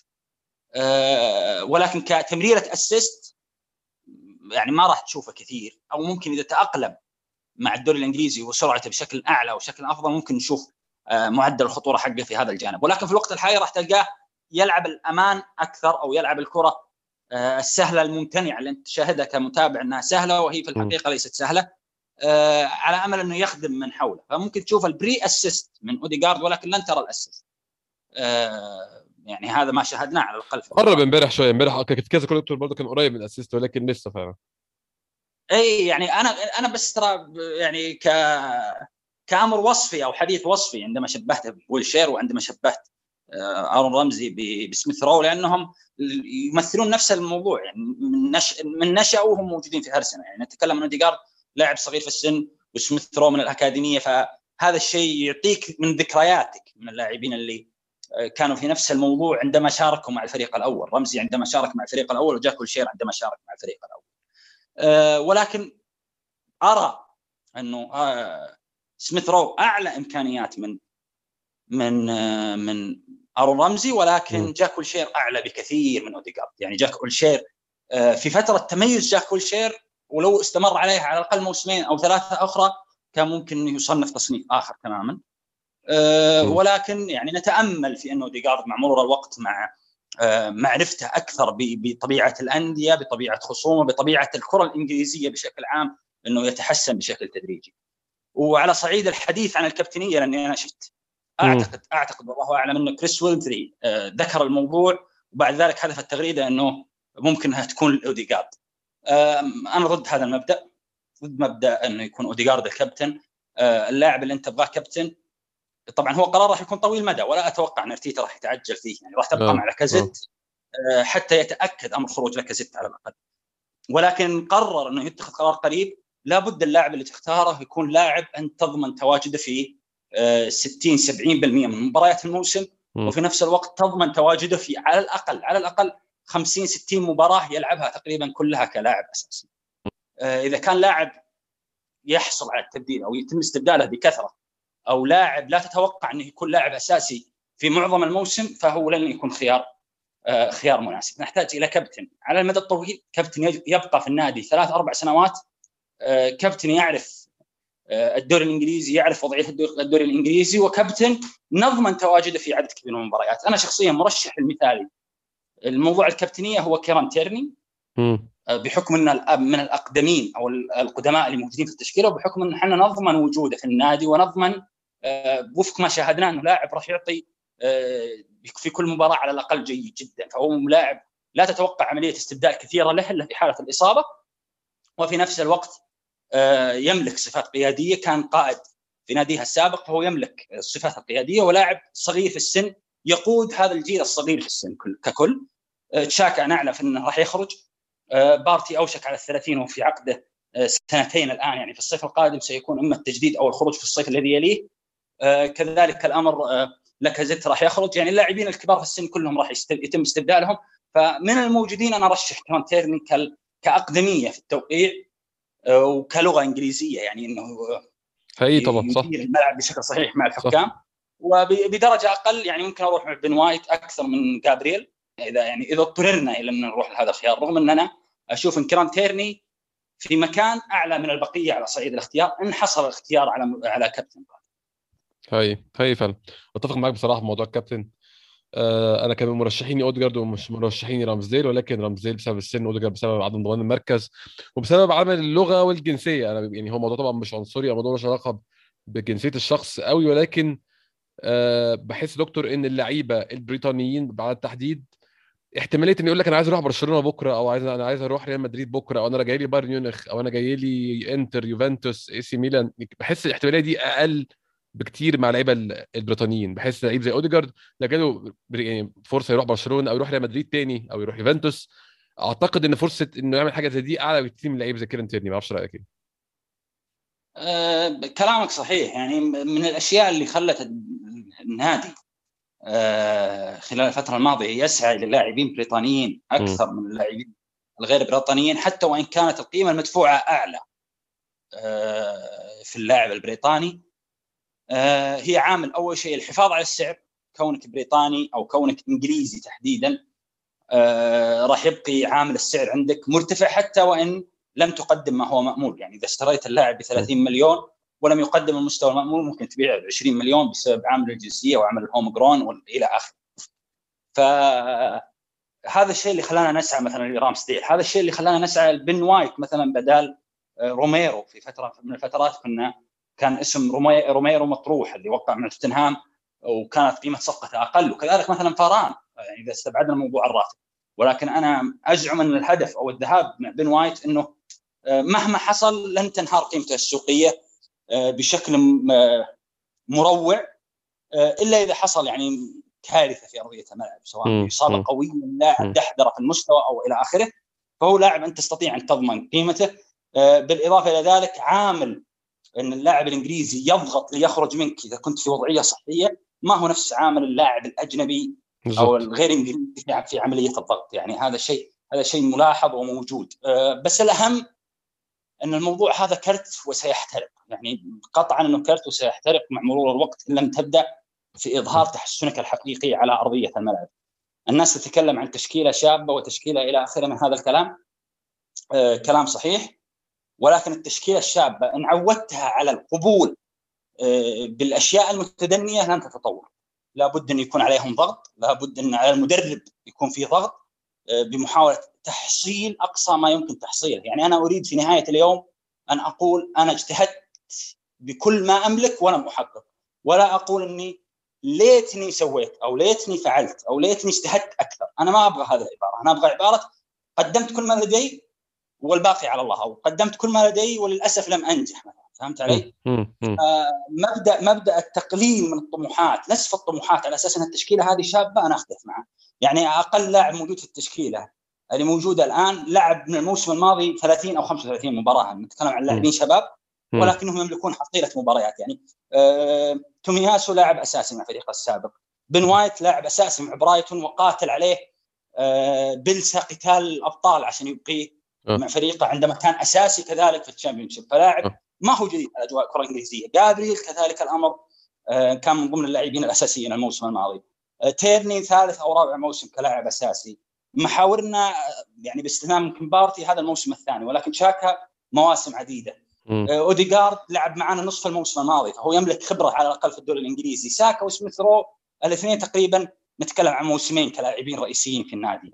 أه ولكن كتمريره اسيست يعني ما راح تشوفه كثير، او ممكن اذا تاقلم مع الدوري الانجليزي وسرعته بشكل اعلى وشكل افضل ممكن نشوف أه معدل الخطوره حقه في هذا الجانب. ولكن في الوقت الحالي راح تلقاه يلعب الامان اكثر، او يلعب الكره أه السهله الممتنعه اللي انت تشاهدها كمتابع انها سهله وهي في الحقيقه ليست سهله، آه على امل انه يخدم من حوله. فممكن تشوف البري اسيست من اوديغارد ولكن لن ترى الاسيست. آه يعني هذا ما شاهدناه على الاقل. قرب امبارح شويه، امبارح كانت كذا كولكتور برضه كان قريب من الاسيست ولكن لسه فعلا. اي يعني انا انا بس ترى يعني ك كامر وصفي او حديث وصفي عندما شبهته بويلشير وعندما شبهت آه ارون رمزي بسميث رو، لانهم يمثلون نفس الموضوع. يعني من نش... من نشأوا وهم موجودين في ارسنال. يعني نتكلم عن اوديغارد لاعب صغير في السن وسميث رو من الأكاديمية، فهذا الشيء يعطيك من ذكرياتك من اللاعبين اللي كانوا في نفس الموضوع عندما شاركوا مع الفريق الأول. رمزي عندما شارك مع الفريق الأول، وجاك ويلشير عندما شارك مع الفريق الأول. أه ولكن أرى أنه أه سميث رو أعلى إمكانيات من من أه من أرون رمزي، ولكن جاك ويلشير أعلى بكثير من أوديغارد. يعني جاك ويلشير أه في فترة تميز جاك ويلشير ولو استمر عليها على الأقل موسمين أو ثلاثة أخرى كان ممكن يصنف تصنيف آخر تماما. أه ولكن يعني نتأمل في أنه أوديغارد مع مرور الوقت مع معرفته اكثر بطبيعه الانديه، بطبيعه خصومه، بطبيعه الكره الانجليزيه بشكل عام، انه يتحسن بشكل تدريجي. وعلى صعيد الحديث عن الكابتنيه، لاني انا شفت اعتقد اعتقد والله اعلم انه كريس ويلدري ذكر الموضوع، وبعد ذلك حذفت تغريده انه ممكن انها تكون اوديغارد. انا ضد هذا المبدا، ضد مبدا انه يكون اوديغارد الكابتن. اللاعب اللي انت تبغاه كابتن، طبعا هو قرار راح يكون طويل مدى، ولا اتوقع ان ارتيتا راح يتعجل فيه، يعني راح تبقى مع لاكازيت حتى يتاكد امر خروج لاكازيت على الاقل. ولكن قرر انه يتخذ قرار قريب. لابد اللاعب اللي تختاره يكون لاعب انت تضمن تواجده في ستين سبعين بالمئة من مباريات الموسم، وفي نفس الوقت تضمن تواجده في على الاقل على الاقل خمسين ستين مباراه يلعبها تقريبا كلها كلاعب اساسي. اذا كان لاعب يحصل على التبديل او يتم استبداله بكثره، او لاعب لا تتوقع انه يكون لاعب اساسي في معظم الموسم، فهو لن يكون خيار خيار مناسب. نحتاج الى كابتن على المدى الطويل، كابتن يبقى في النادي ثلاث اربع سنوات، كابتن يعرف الدوري الانجليزي، يعرف وضعيه الدوري الانجليزي، وكابتن نضمن تواجده في عدد كبير من المباريات. انا شخصيا مرشح المثالي الموضوع الكابتنيه هو كيران تيرني، بحكم ان من الاقدمين او القدماء اللي موجودين في التشكيله، وبحكم ان احنا نضمن وجوده في النادي، ونضمن وفق ما شاهدناه انه لاعب راح يعطي في كل مباراه على الاقل جيد جدا. فهو لاعب لا تتوقع عمليه استبدال كثيره له الا في حاله الاصابه، وفي نفس الوقت يملك صفات قياديه، كان قائد في ناديها السابق، فهو يملك الصفات القياديه، ولاعب صغير في السن يقود هذا الجيل الصغير في السن ككل. تشاكا نعرف انه راح يخرج، بارتي اوشك على الثلاثين وفي عقده سنتين الان، يعني في الصيف القادم سيكون اما التجديد او الخروج في الصيف الذي يليه. كذلك الامر لاكازيت راح يخرج، يعني اللاعبين الكبار في السن كلهم راح يتم استبدالهم. فمن الموجودين انا ارشح كيران تيرني كاقدميه في التوقيع وكلغه انجليزيه، يعني انه حقيقي طبعا صح يدير الملعب بشكل صحيح مع الحكام صح. وبدرجه اقل يعني ممكن اروح مع بن وايت اكثر من جابرييل، اذا يعني اذا اضطررنا الى ان نروح لهذا الخيار، رغم ان انا اشوف ان كيران تيرني في مكان اعلى من البقيه على صعيد الاختيار ان حصل الاختيار على على كابتن. هاي هاي فعلا اتفق معاك بصراحه في موضوع الكابتن. آه انا كان من مرشحيني اودجارد ومش مرشحيني رامزديل، ولكن رامزديل بسبب السن، اودجارد بسبب عدم ضمان المركز، وبسبب عمل اللغه والجنسيه. انا يعني هو موضوع طبعا مش عنصري او موضوع مش علاقه بجنسيه الشخص قوي، ولكن أه بحس دكتور ان اللعيبه البريطانيين على التحديد احتماليه ان يقول لك انا عايز اروح برشلونه بكره، او عايز انا عايز اروح ريال مدريد بكره، او انا جاي لي بايرن ميونخ، او انا جاي لي انتر، يوفنتوس، اي سي ميلان، بحس الاحتماليه دي اقل بكتير مع اللعيبه البريطانيين. بحس لعيب زي اوديجارد لو جاله يعني فرصه يروح برشلونه او يروح ريال مدريد تاني او يروح يوفنتوس، اعتقد ان فرصه انه يعمل حاجه زي دي اعلى بكتير من لعيب زي كيران تيرني. ما اعرفش رايك ايه. أه كلامك صحيح، يعني من الاشياء اللي خلت النادي أه خلال الفتره الماضيه يسعى للاعبين بريطانيين اكثر م. من اللاعبين الغير بريطانيين، حتى وان كانت القيمه المدفوعه اعلى أه في اللاعب البريطاني. أه هي عامل اول شيء الحفاظ على السعر، كونك بريطاني او كونك انجليزي تحديدا أه راح يبقي عامل السعر عندك مرتفع حتى وان لم تقدم ما هو مأمول. يعني اذا اشتريت اللاعب ب ثلاثين مليون ولم يقدم المستوى المأمول، ممكن تبيعه ب عشرين مليون بسبب عامل الجنسيه وعمل الهوم جرون والى اخره. فهذا الشيء اللي خلانا نسعى مثلا لرامسديل، هذا الشيء اللي خلانا نسعى لبن وايت مثلا بدال روميرو. في فتره من الفترات كنا كان اسم روميرو مطروح اللي وقع مع توتنهام وكانت قيمه صفقته اقل، وكذلك مثلا فاران يعني اذا استبعدنا موضوع الراتب. ولكن انا ازعم ان الهدف او الذهاب مع بن وايت انه مهما حصل لن تنهار قيمته السوقيه بشكل مروع الا اذا حصل يعني كارثه في ارضيه الملعب، سواء اصابه قويه لاعب دحدر في المستوى او الى اخره. فهو لاعب انت تستطيع ان تضمن قيمته. بالاضافه الى ذلك عامل ان اللاعب الانجليزي يضغط ليخرج منك اذا كنت في وضعيه صحيه، ما هو نفس عامل اللاعب الاجنبي او الغير انجليزي في عمليه الضغط. يعني هذا الشيء هذا شيء ملاحظ وموجود. بس الاهم ان الموضوع هذا كرت وسيحترق، يعني قطعا انه كرت وسيحترق مع مرور الوقت ان لم تبدا في اظهار تحسنك الحقيقي على ارضيه الملعب. الناس تتكلم عن تشكيله شابه وتشكيله الى اخره من هذا الكلام، آه كلام صحيح، ولكن التشكيله الشابه ان عودتها على القبول آه بالاشياء المتدنيه لن تتطور. لابد أن يكون عليهم ضغط، لابد أن على المدرب يكون في ضغط بمحاولة تحصيل أقصى ما يمكن تحصيله. يعني أنا أريد في نهاية اليوم أن أقول أنا اجتهدت بكل ما أملك وأنا محقق، ولا أقول أني ليتني سويت أو ليتني فعلت أو ليتني اجتهدت أكثر. أنا ما أبغى هذه العبارة، أنا أبغى عبارة قدمت كل ما لدي والباقي على الله، أو قدمت كل ما لدي وللأسف لم أنجح مثلا. فهمت علي؟ آه مبدأ مبدأ التقليل من الطموحات، نسف الطموحات على أساس أن التشكيلة هذه شابة، أنا أختلف معه. يعني أقل لاعب موجود في التشكيلة اللي موجودة الآن لعب من الموسم الماضي ثلاثين أو خمسة وثلاثين مباراة، نتكلم عن لاعبين شباب ولكنهم يملكون حصيلة مباريات. يعني آه تومياسو لاعب أساسي مع فريقه السابق، بن وايت لاعب أساسي مع برايتون وقاتل عليه آه بلسة قتال الأبطال عشان يبقيه مع فريقه عندما كان أساسي كذلك في الشامبيونشيب، فلاعب ما هو جديد على أجواء الكرة الإنجليزية. جابريل كذلك الأمر آه كان من ضمن اللاعبين الأساسيين الموسم الماضي. آه تيرني ثالث أو رابع موسم كلاعب أساسي. محاورنا يعني باستثناء من بارتي هذا الموسم الثاني، ولكن شاكا مواسم عديدة. آه أوديغارد لعب معنا نصف الموسم الماضي، فهو يملك خبرة على الأقل في الدوري الإنجليزي. ساكا وسميث رو الاثنين تقريبا نتكلم عن موسمين كلاعبين رئيسيين في النادي.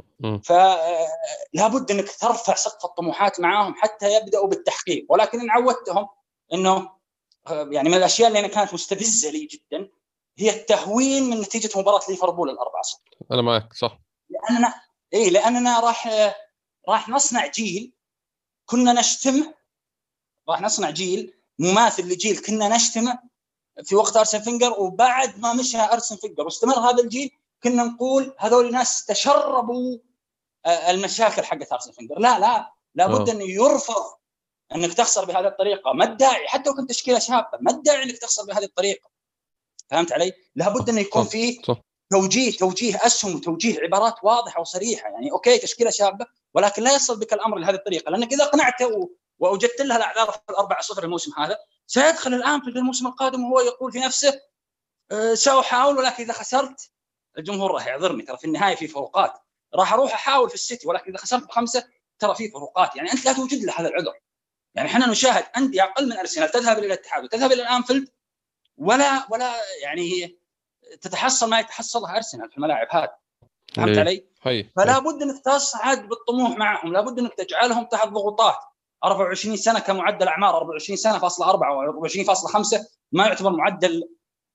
فلا بد انك ترفع سقف الطموحات معاهم حتى يبداوا بالتحقيق. ولكن ان عودتهم انه يعني من الاشياء اللي أنا كانت مستفزه لي جدا هي التهوين من نتيجه مباراه ليفربول الأربعة صفر. انا معك صح، لاننا اي لاننا راح راح نصنع جيل كنا نجتمع، راح نصنع جيل مماثل لجيل كنا نجتمع في وقت أرسن فينجر، وبعد ما مشى أرسن فينجر واستمر هذا الجيل كنا نقول هذول ناس تشربوا المشاكل حقت أرسن فينجر. لا لا لابد أن يرفض أنك تخسر بهذه الطريقة. ما الداعي حتى لو كنت تشكيلة شابة، ما الداعي أنك تخسر بهذه الطريقة. فهمت علي؟ لابد أن يكون فيه توجيه توجيه أسهم وتوجيه عبارات واضحة وصريحة. يعني أوكي تشكيلة شابة ولكن لا يصل بك الأمر لهذه الطريقة، لأنك إذا قنعته وأوجدت لها الأعذار في الأربعة صفر الموسم هذا سيدخل الآن في الموسم القادم وهو يقول في نفسه أه سأحاول، ولكن إذا خسرت الجمهور راح يعذرني، ترى في النهاية في فروقات، راح أروح أحاول في السيتي ولكن إذا خسرت بخمسة ترى في فروقات. يعني أنت لا توجد له هذا العذر. يعني إحنا نشاهد أندية أقل من أرسنال تذهب إلى الاتحاد وتذهب إلى الأنفيلد ولا ولا يعني تتحصل ما يتحصلها أرسنال في الملاعب هذه. فهمت علي؟ هي. فلا بد أنك تصعد بالطموح معهم، لا بد أنك تجعلهم تحت ضغوطات. أربعة وعشرين سنة كمعدل أعمار، أربعة وعشرين سنة فاصلة أربعة و أربعة وعشرين فاصلة خمسة ما يعتبر معدل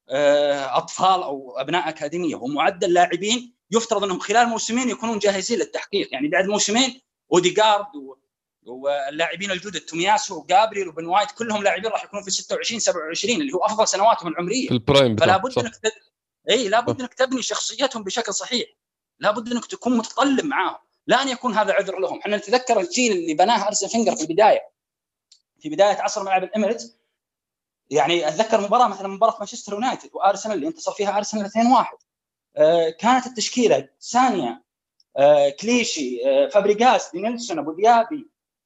أطفال أو أبناء أكاديمية، هو معدل لاعبين يفترض أنهم خلال موسمين يكونون جاهزين للتحقيق. يعني بعد موسمين أوديغارد واللاعبين الجدد تومياسو وجابريل وبن وايت كلهم لاعبين راح يكونوا في ستة وعشرين سبعة وعشرين اللي هو أفضل سنواتهم العمرية في البرايم. فلا بد أنك تد... أي لا بد أنك تبني شخصيتهم بشكل صحيح، لا بد أنك تكون متطلب معاهم، لا أن يكون هذا عذر لهم. احنا نتذكر الجيل اللي بناه أرسن فينجر في البداية في بداية عصر ملعب الإميريتس. يعني أتذكر مباراة مثلا مباراة مانشستر يونايتد وأرسنال اللي انتصر فيها أرسنال اثنين واحد. آه كانت التشكيلة سانيا، آه كليشي، آه فابريغاس، دينيلسون، أبو ديابي،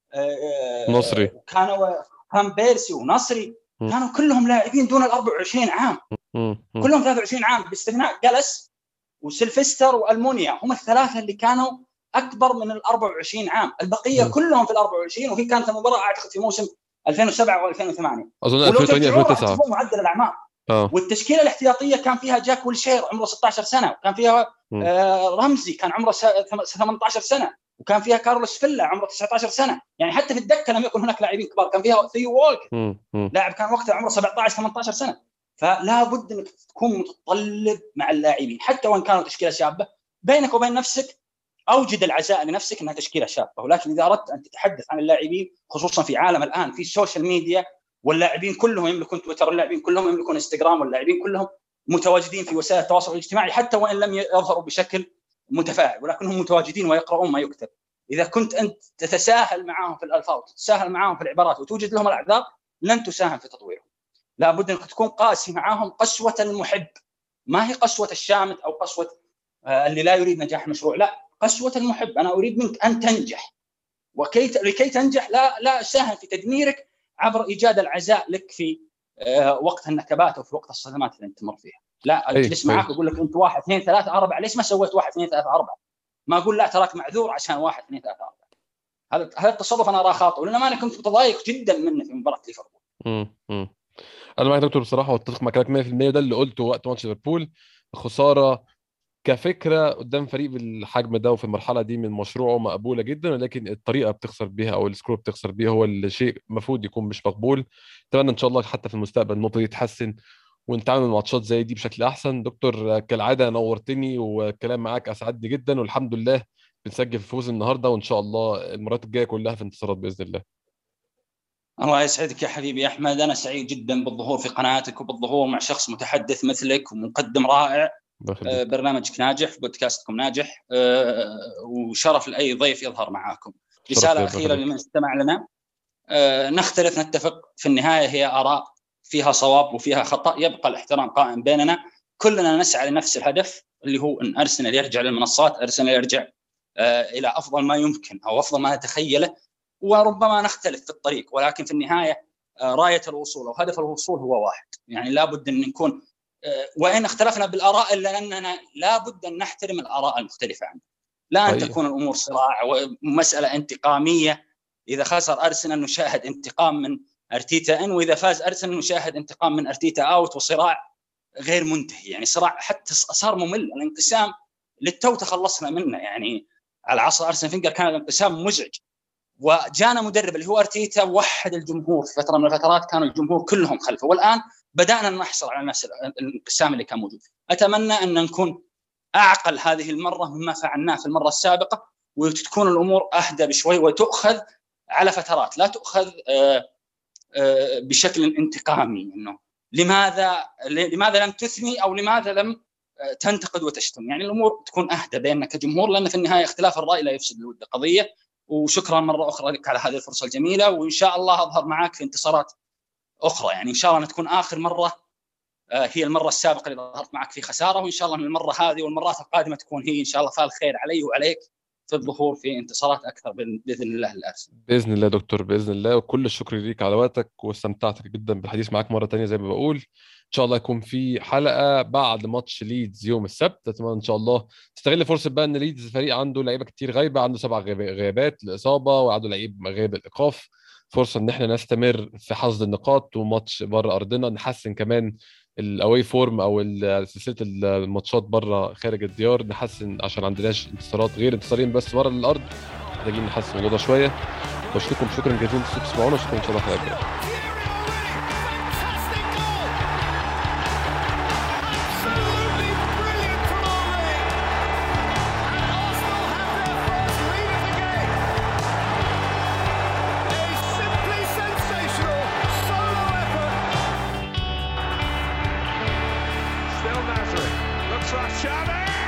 آه نصري، كانوا كان بيرسي ونصري، كانوا كلهم لاعبين دون الأربع وعشرين عام، كلهم ثلاثة وعشرين عام باستثناء جلس وسيلفستر والمونيا، هم الثلاثة اللي كانوا أكبر من الأربع وعشرين عام. البقية م. كلهم في الأربع وعشرين. وهي كانت المباراة أعتقد في موسم ألفين وسبعة وألفين وثمانية أظن ألفين وثمانية ألفين وتسعة معدل الأعمار. أوه. والتشكيلة الاحتياطية كان فيها جاك ويلشير عمره ستة عشر سنة، وكان فيها آه رمزي كان عمره ثمانية عشر سنة، وكان فيها كارلوس فيلا عمره تسعة عشر سنة. يعني حتى في الدكة لم يكن هناك لاعبين كبار، كان فيها ثيو وولك لاعب كان وقتها عمره سبعة عشر ثمانية عشر سنة. فلا بد انك تكون متطلب مع اللاعبين حتى وان كانوا تشكيله شابه. بينك وبين نفسك اوجد العزاء لنفسك انها تشكيله شابه، ولكن اذا اردت ان تتحدث عن اللاعبين خصوصا في عالم الان في السوشيال ميديا واللاعبين كلهم يملكون تويتر واللاعبين كلهم يملكون انستغرام واللاعبين كلهم متواجدين في وسائل التواصل الاجتماعي حتى وان لم يظهروا بشكل متفاعل ولكنهم متواجدين ويقرؤون ما يكتب. اذا كنت انت تتساهل معهم في الالفاظ تتساهل معهم في العبارات وتوجد لهم الاعذار لن تساهم في تطويرهم. لا بد انك تكون قاسي معاهم قسوه المحب، ما هي قسوه الشامت او قسوه اللي لا يريد نجاح المشروع، لا قسوه المحب. انا اريد منك ان تنجح، وكي لكي تنجح لا لا اساهم في تدميرك عبر ايجاد العزاء لك في وقت النكبات او في وقت الصدمات اللي انت تمر فيها. لا اجلس معاك واقول لك انت واحد اثنين ثلاثة أربعة ليش ما سويت واحد اثنين ثلاثة أربعة، ما اقول لا تراك معذور عشان واحد اثنين ثلاثة أربعة. هذا هذا التصرف انا اراه خاطئ، لأن انا كنت متضايق جدا منه في مباراه ليفربول. امم انا معاك دكتور بصراحه واتفق مع كلامك مية في المية. ده اللي قلته وقت ماتش ليفربول، خساره كفكره قدام فريق بالحجم ده وفي المرحله دي من مشروعه مقبوله جدا، ولكن الطريقه بتخسر بيها او السكور بتخسر بيها هو الشيء المفروض يكون مش مقبول. اتمنى ان شاء الله حتى في المستقبل النقطه دي تتحسن ونتعامل مع ماتشات زي دي بشكل احسن. دكتور كالعاده نورتني، والكلام معاك اسعدني جدا، والحمد لله بنسجل فوز النهارده، وان شاء الله المرات الجايه كلها في انتصارات باذن الله. الله يسعدك يا حبيبي أحمد، أنا سعيد جدا بالظهور في قناتك وبالظهور مع شخص متحدث مثلك ومقدم رائع. برنامجك ناجح، بودكاستكم ناجح، وشرف لأي ضيف يظهر معاكم. رسالة أخيرة لمن استمع لنا، نختلف نتفق، في النهاية هي آراء فيها صواب وفيها خطأ، يبقى الاحترام قائم بيننا، كلنا نسعى لنفس الهدف اللي هو أن أرسنال يرجع للمنصات، أرسنال يرجع إلى أفضل ما يمكن أو أفضل ما نتخيله، وربما نختلف في الطريق، ولكن في النهاية راية الوصول أو هدف الوصول هو واحد. يعني لابد أن نكون، وإن اختلفنا بالآراء، إلا أننا لابد أن نحترم الآراء المختلفة عنه، لا أن تكون الأمور صراع ومسألة انتقامية. إذا خسر أرسنال نشاهد انتقام من أرتيتا إن، وإذا فاز أرسنال نشاهد انتقام من أرتيتا أوت، وصراع غير منتهي. يعني صراع حتى صار ممل. الانقسام للتو تخلصنا منه، يعني على عصر أرسنال فينجر كان الانقسام مزعج، وجانا مدرب اللي هو أرتيتا وحد الجمهور في فترة من الفترات، كانوا الجمهور كلهم خلفه، والآن بدأنا نحصل على نفس الانقسام اللي كان موجود. أتمنى أن نكون أعقل هذه المرة مما فعلناه في المرة السابقة، وتكون الأمور أهدى بشوي، وتؤخذ على فترات، لا تؤخذ بشكل انتقامي، إنه لماذا لماذا لم تثني أو لماذا لم تنتقد وتشتم. يعني الأمور تكون أهدى بيننا كجمهور، لأن في النهاية اختلاف الرأي لا يفسد الود قضية. وشكرا مرة أخرى لك على هذه الفرصة الجميلة، وإن شاء الله أظهر معك في انتصارات أخرى. يعني إن شاء الله تكون آخر مرة هي المرة السابقة اللي ظهرت معك في خسارة، وإن شاء الله من المرة هذه والمرات القادمة تكون هي إن شاء الله فال خير علي وعليك في الظهور في انتصارات أكثر بإذن الله الأرسنال. بإذن الله دكتور، بإذن الله، وكل الشكر ليك على وقتك، واستمتعت جدا بالحديث معك مرة تانية. زي ما بقول إن شاء الله يكون في حلقة بعد ماتش ليدز يوم السبت. أتمنى إن شاء الله تستغل فرصة بقى إن ليدز فريق عنده لعيبة كتير غايبة، عنده سبع غيابات الإصابة، وعنده لعيب غايب الإيقاف. فرصة إن إحنا نستمر في حصد النقاط، وماتش بره أرضنا نحسن كمان الاواي فورم او سلسله الماتشات بره خارج الديار، نحسن عشان عندناش انتصارات غير انتصارين بس بره الارض، محتاجين نحسن الموضوع ده شويه. بشكركم شكرا جزيلا انكم تسمعونا، وشكرا ان شاء الله حلقه جايه. Looks like Xavi!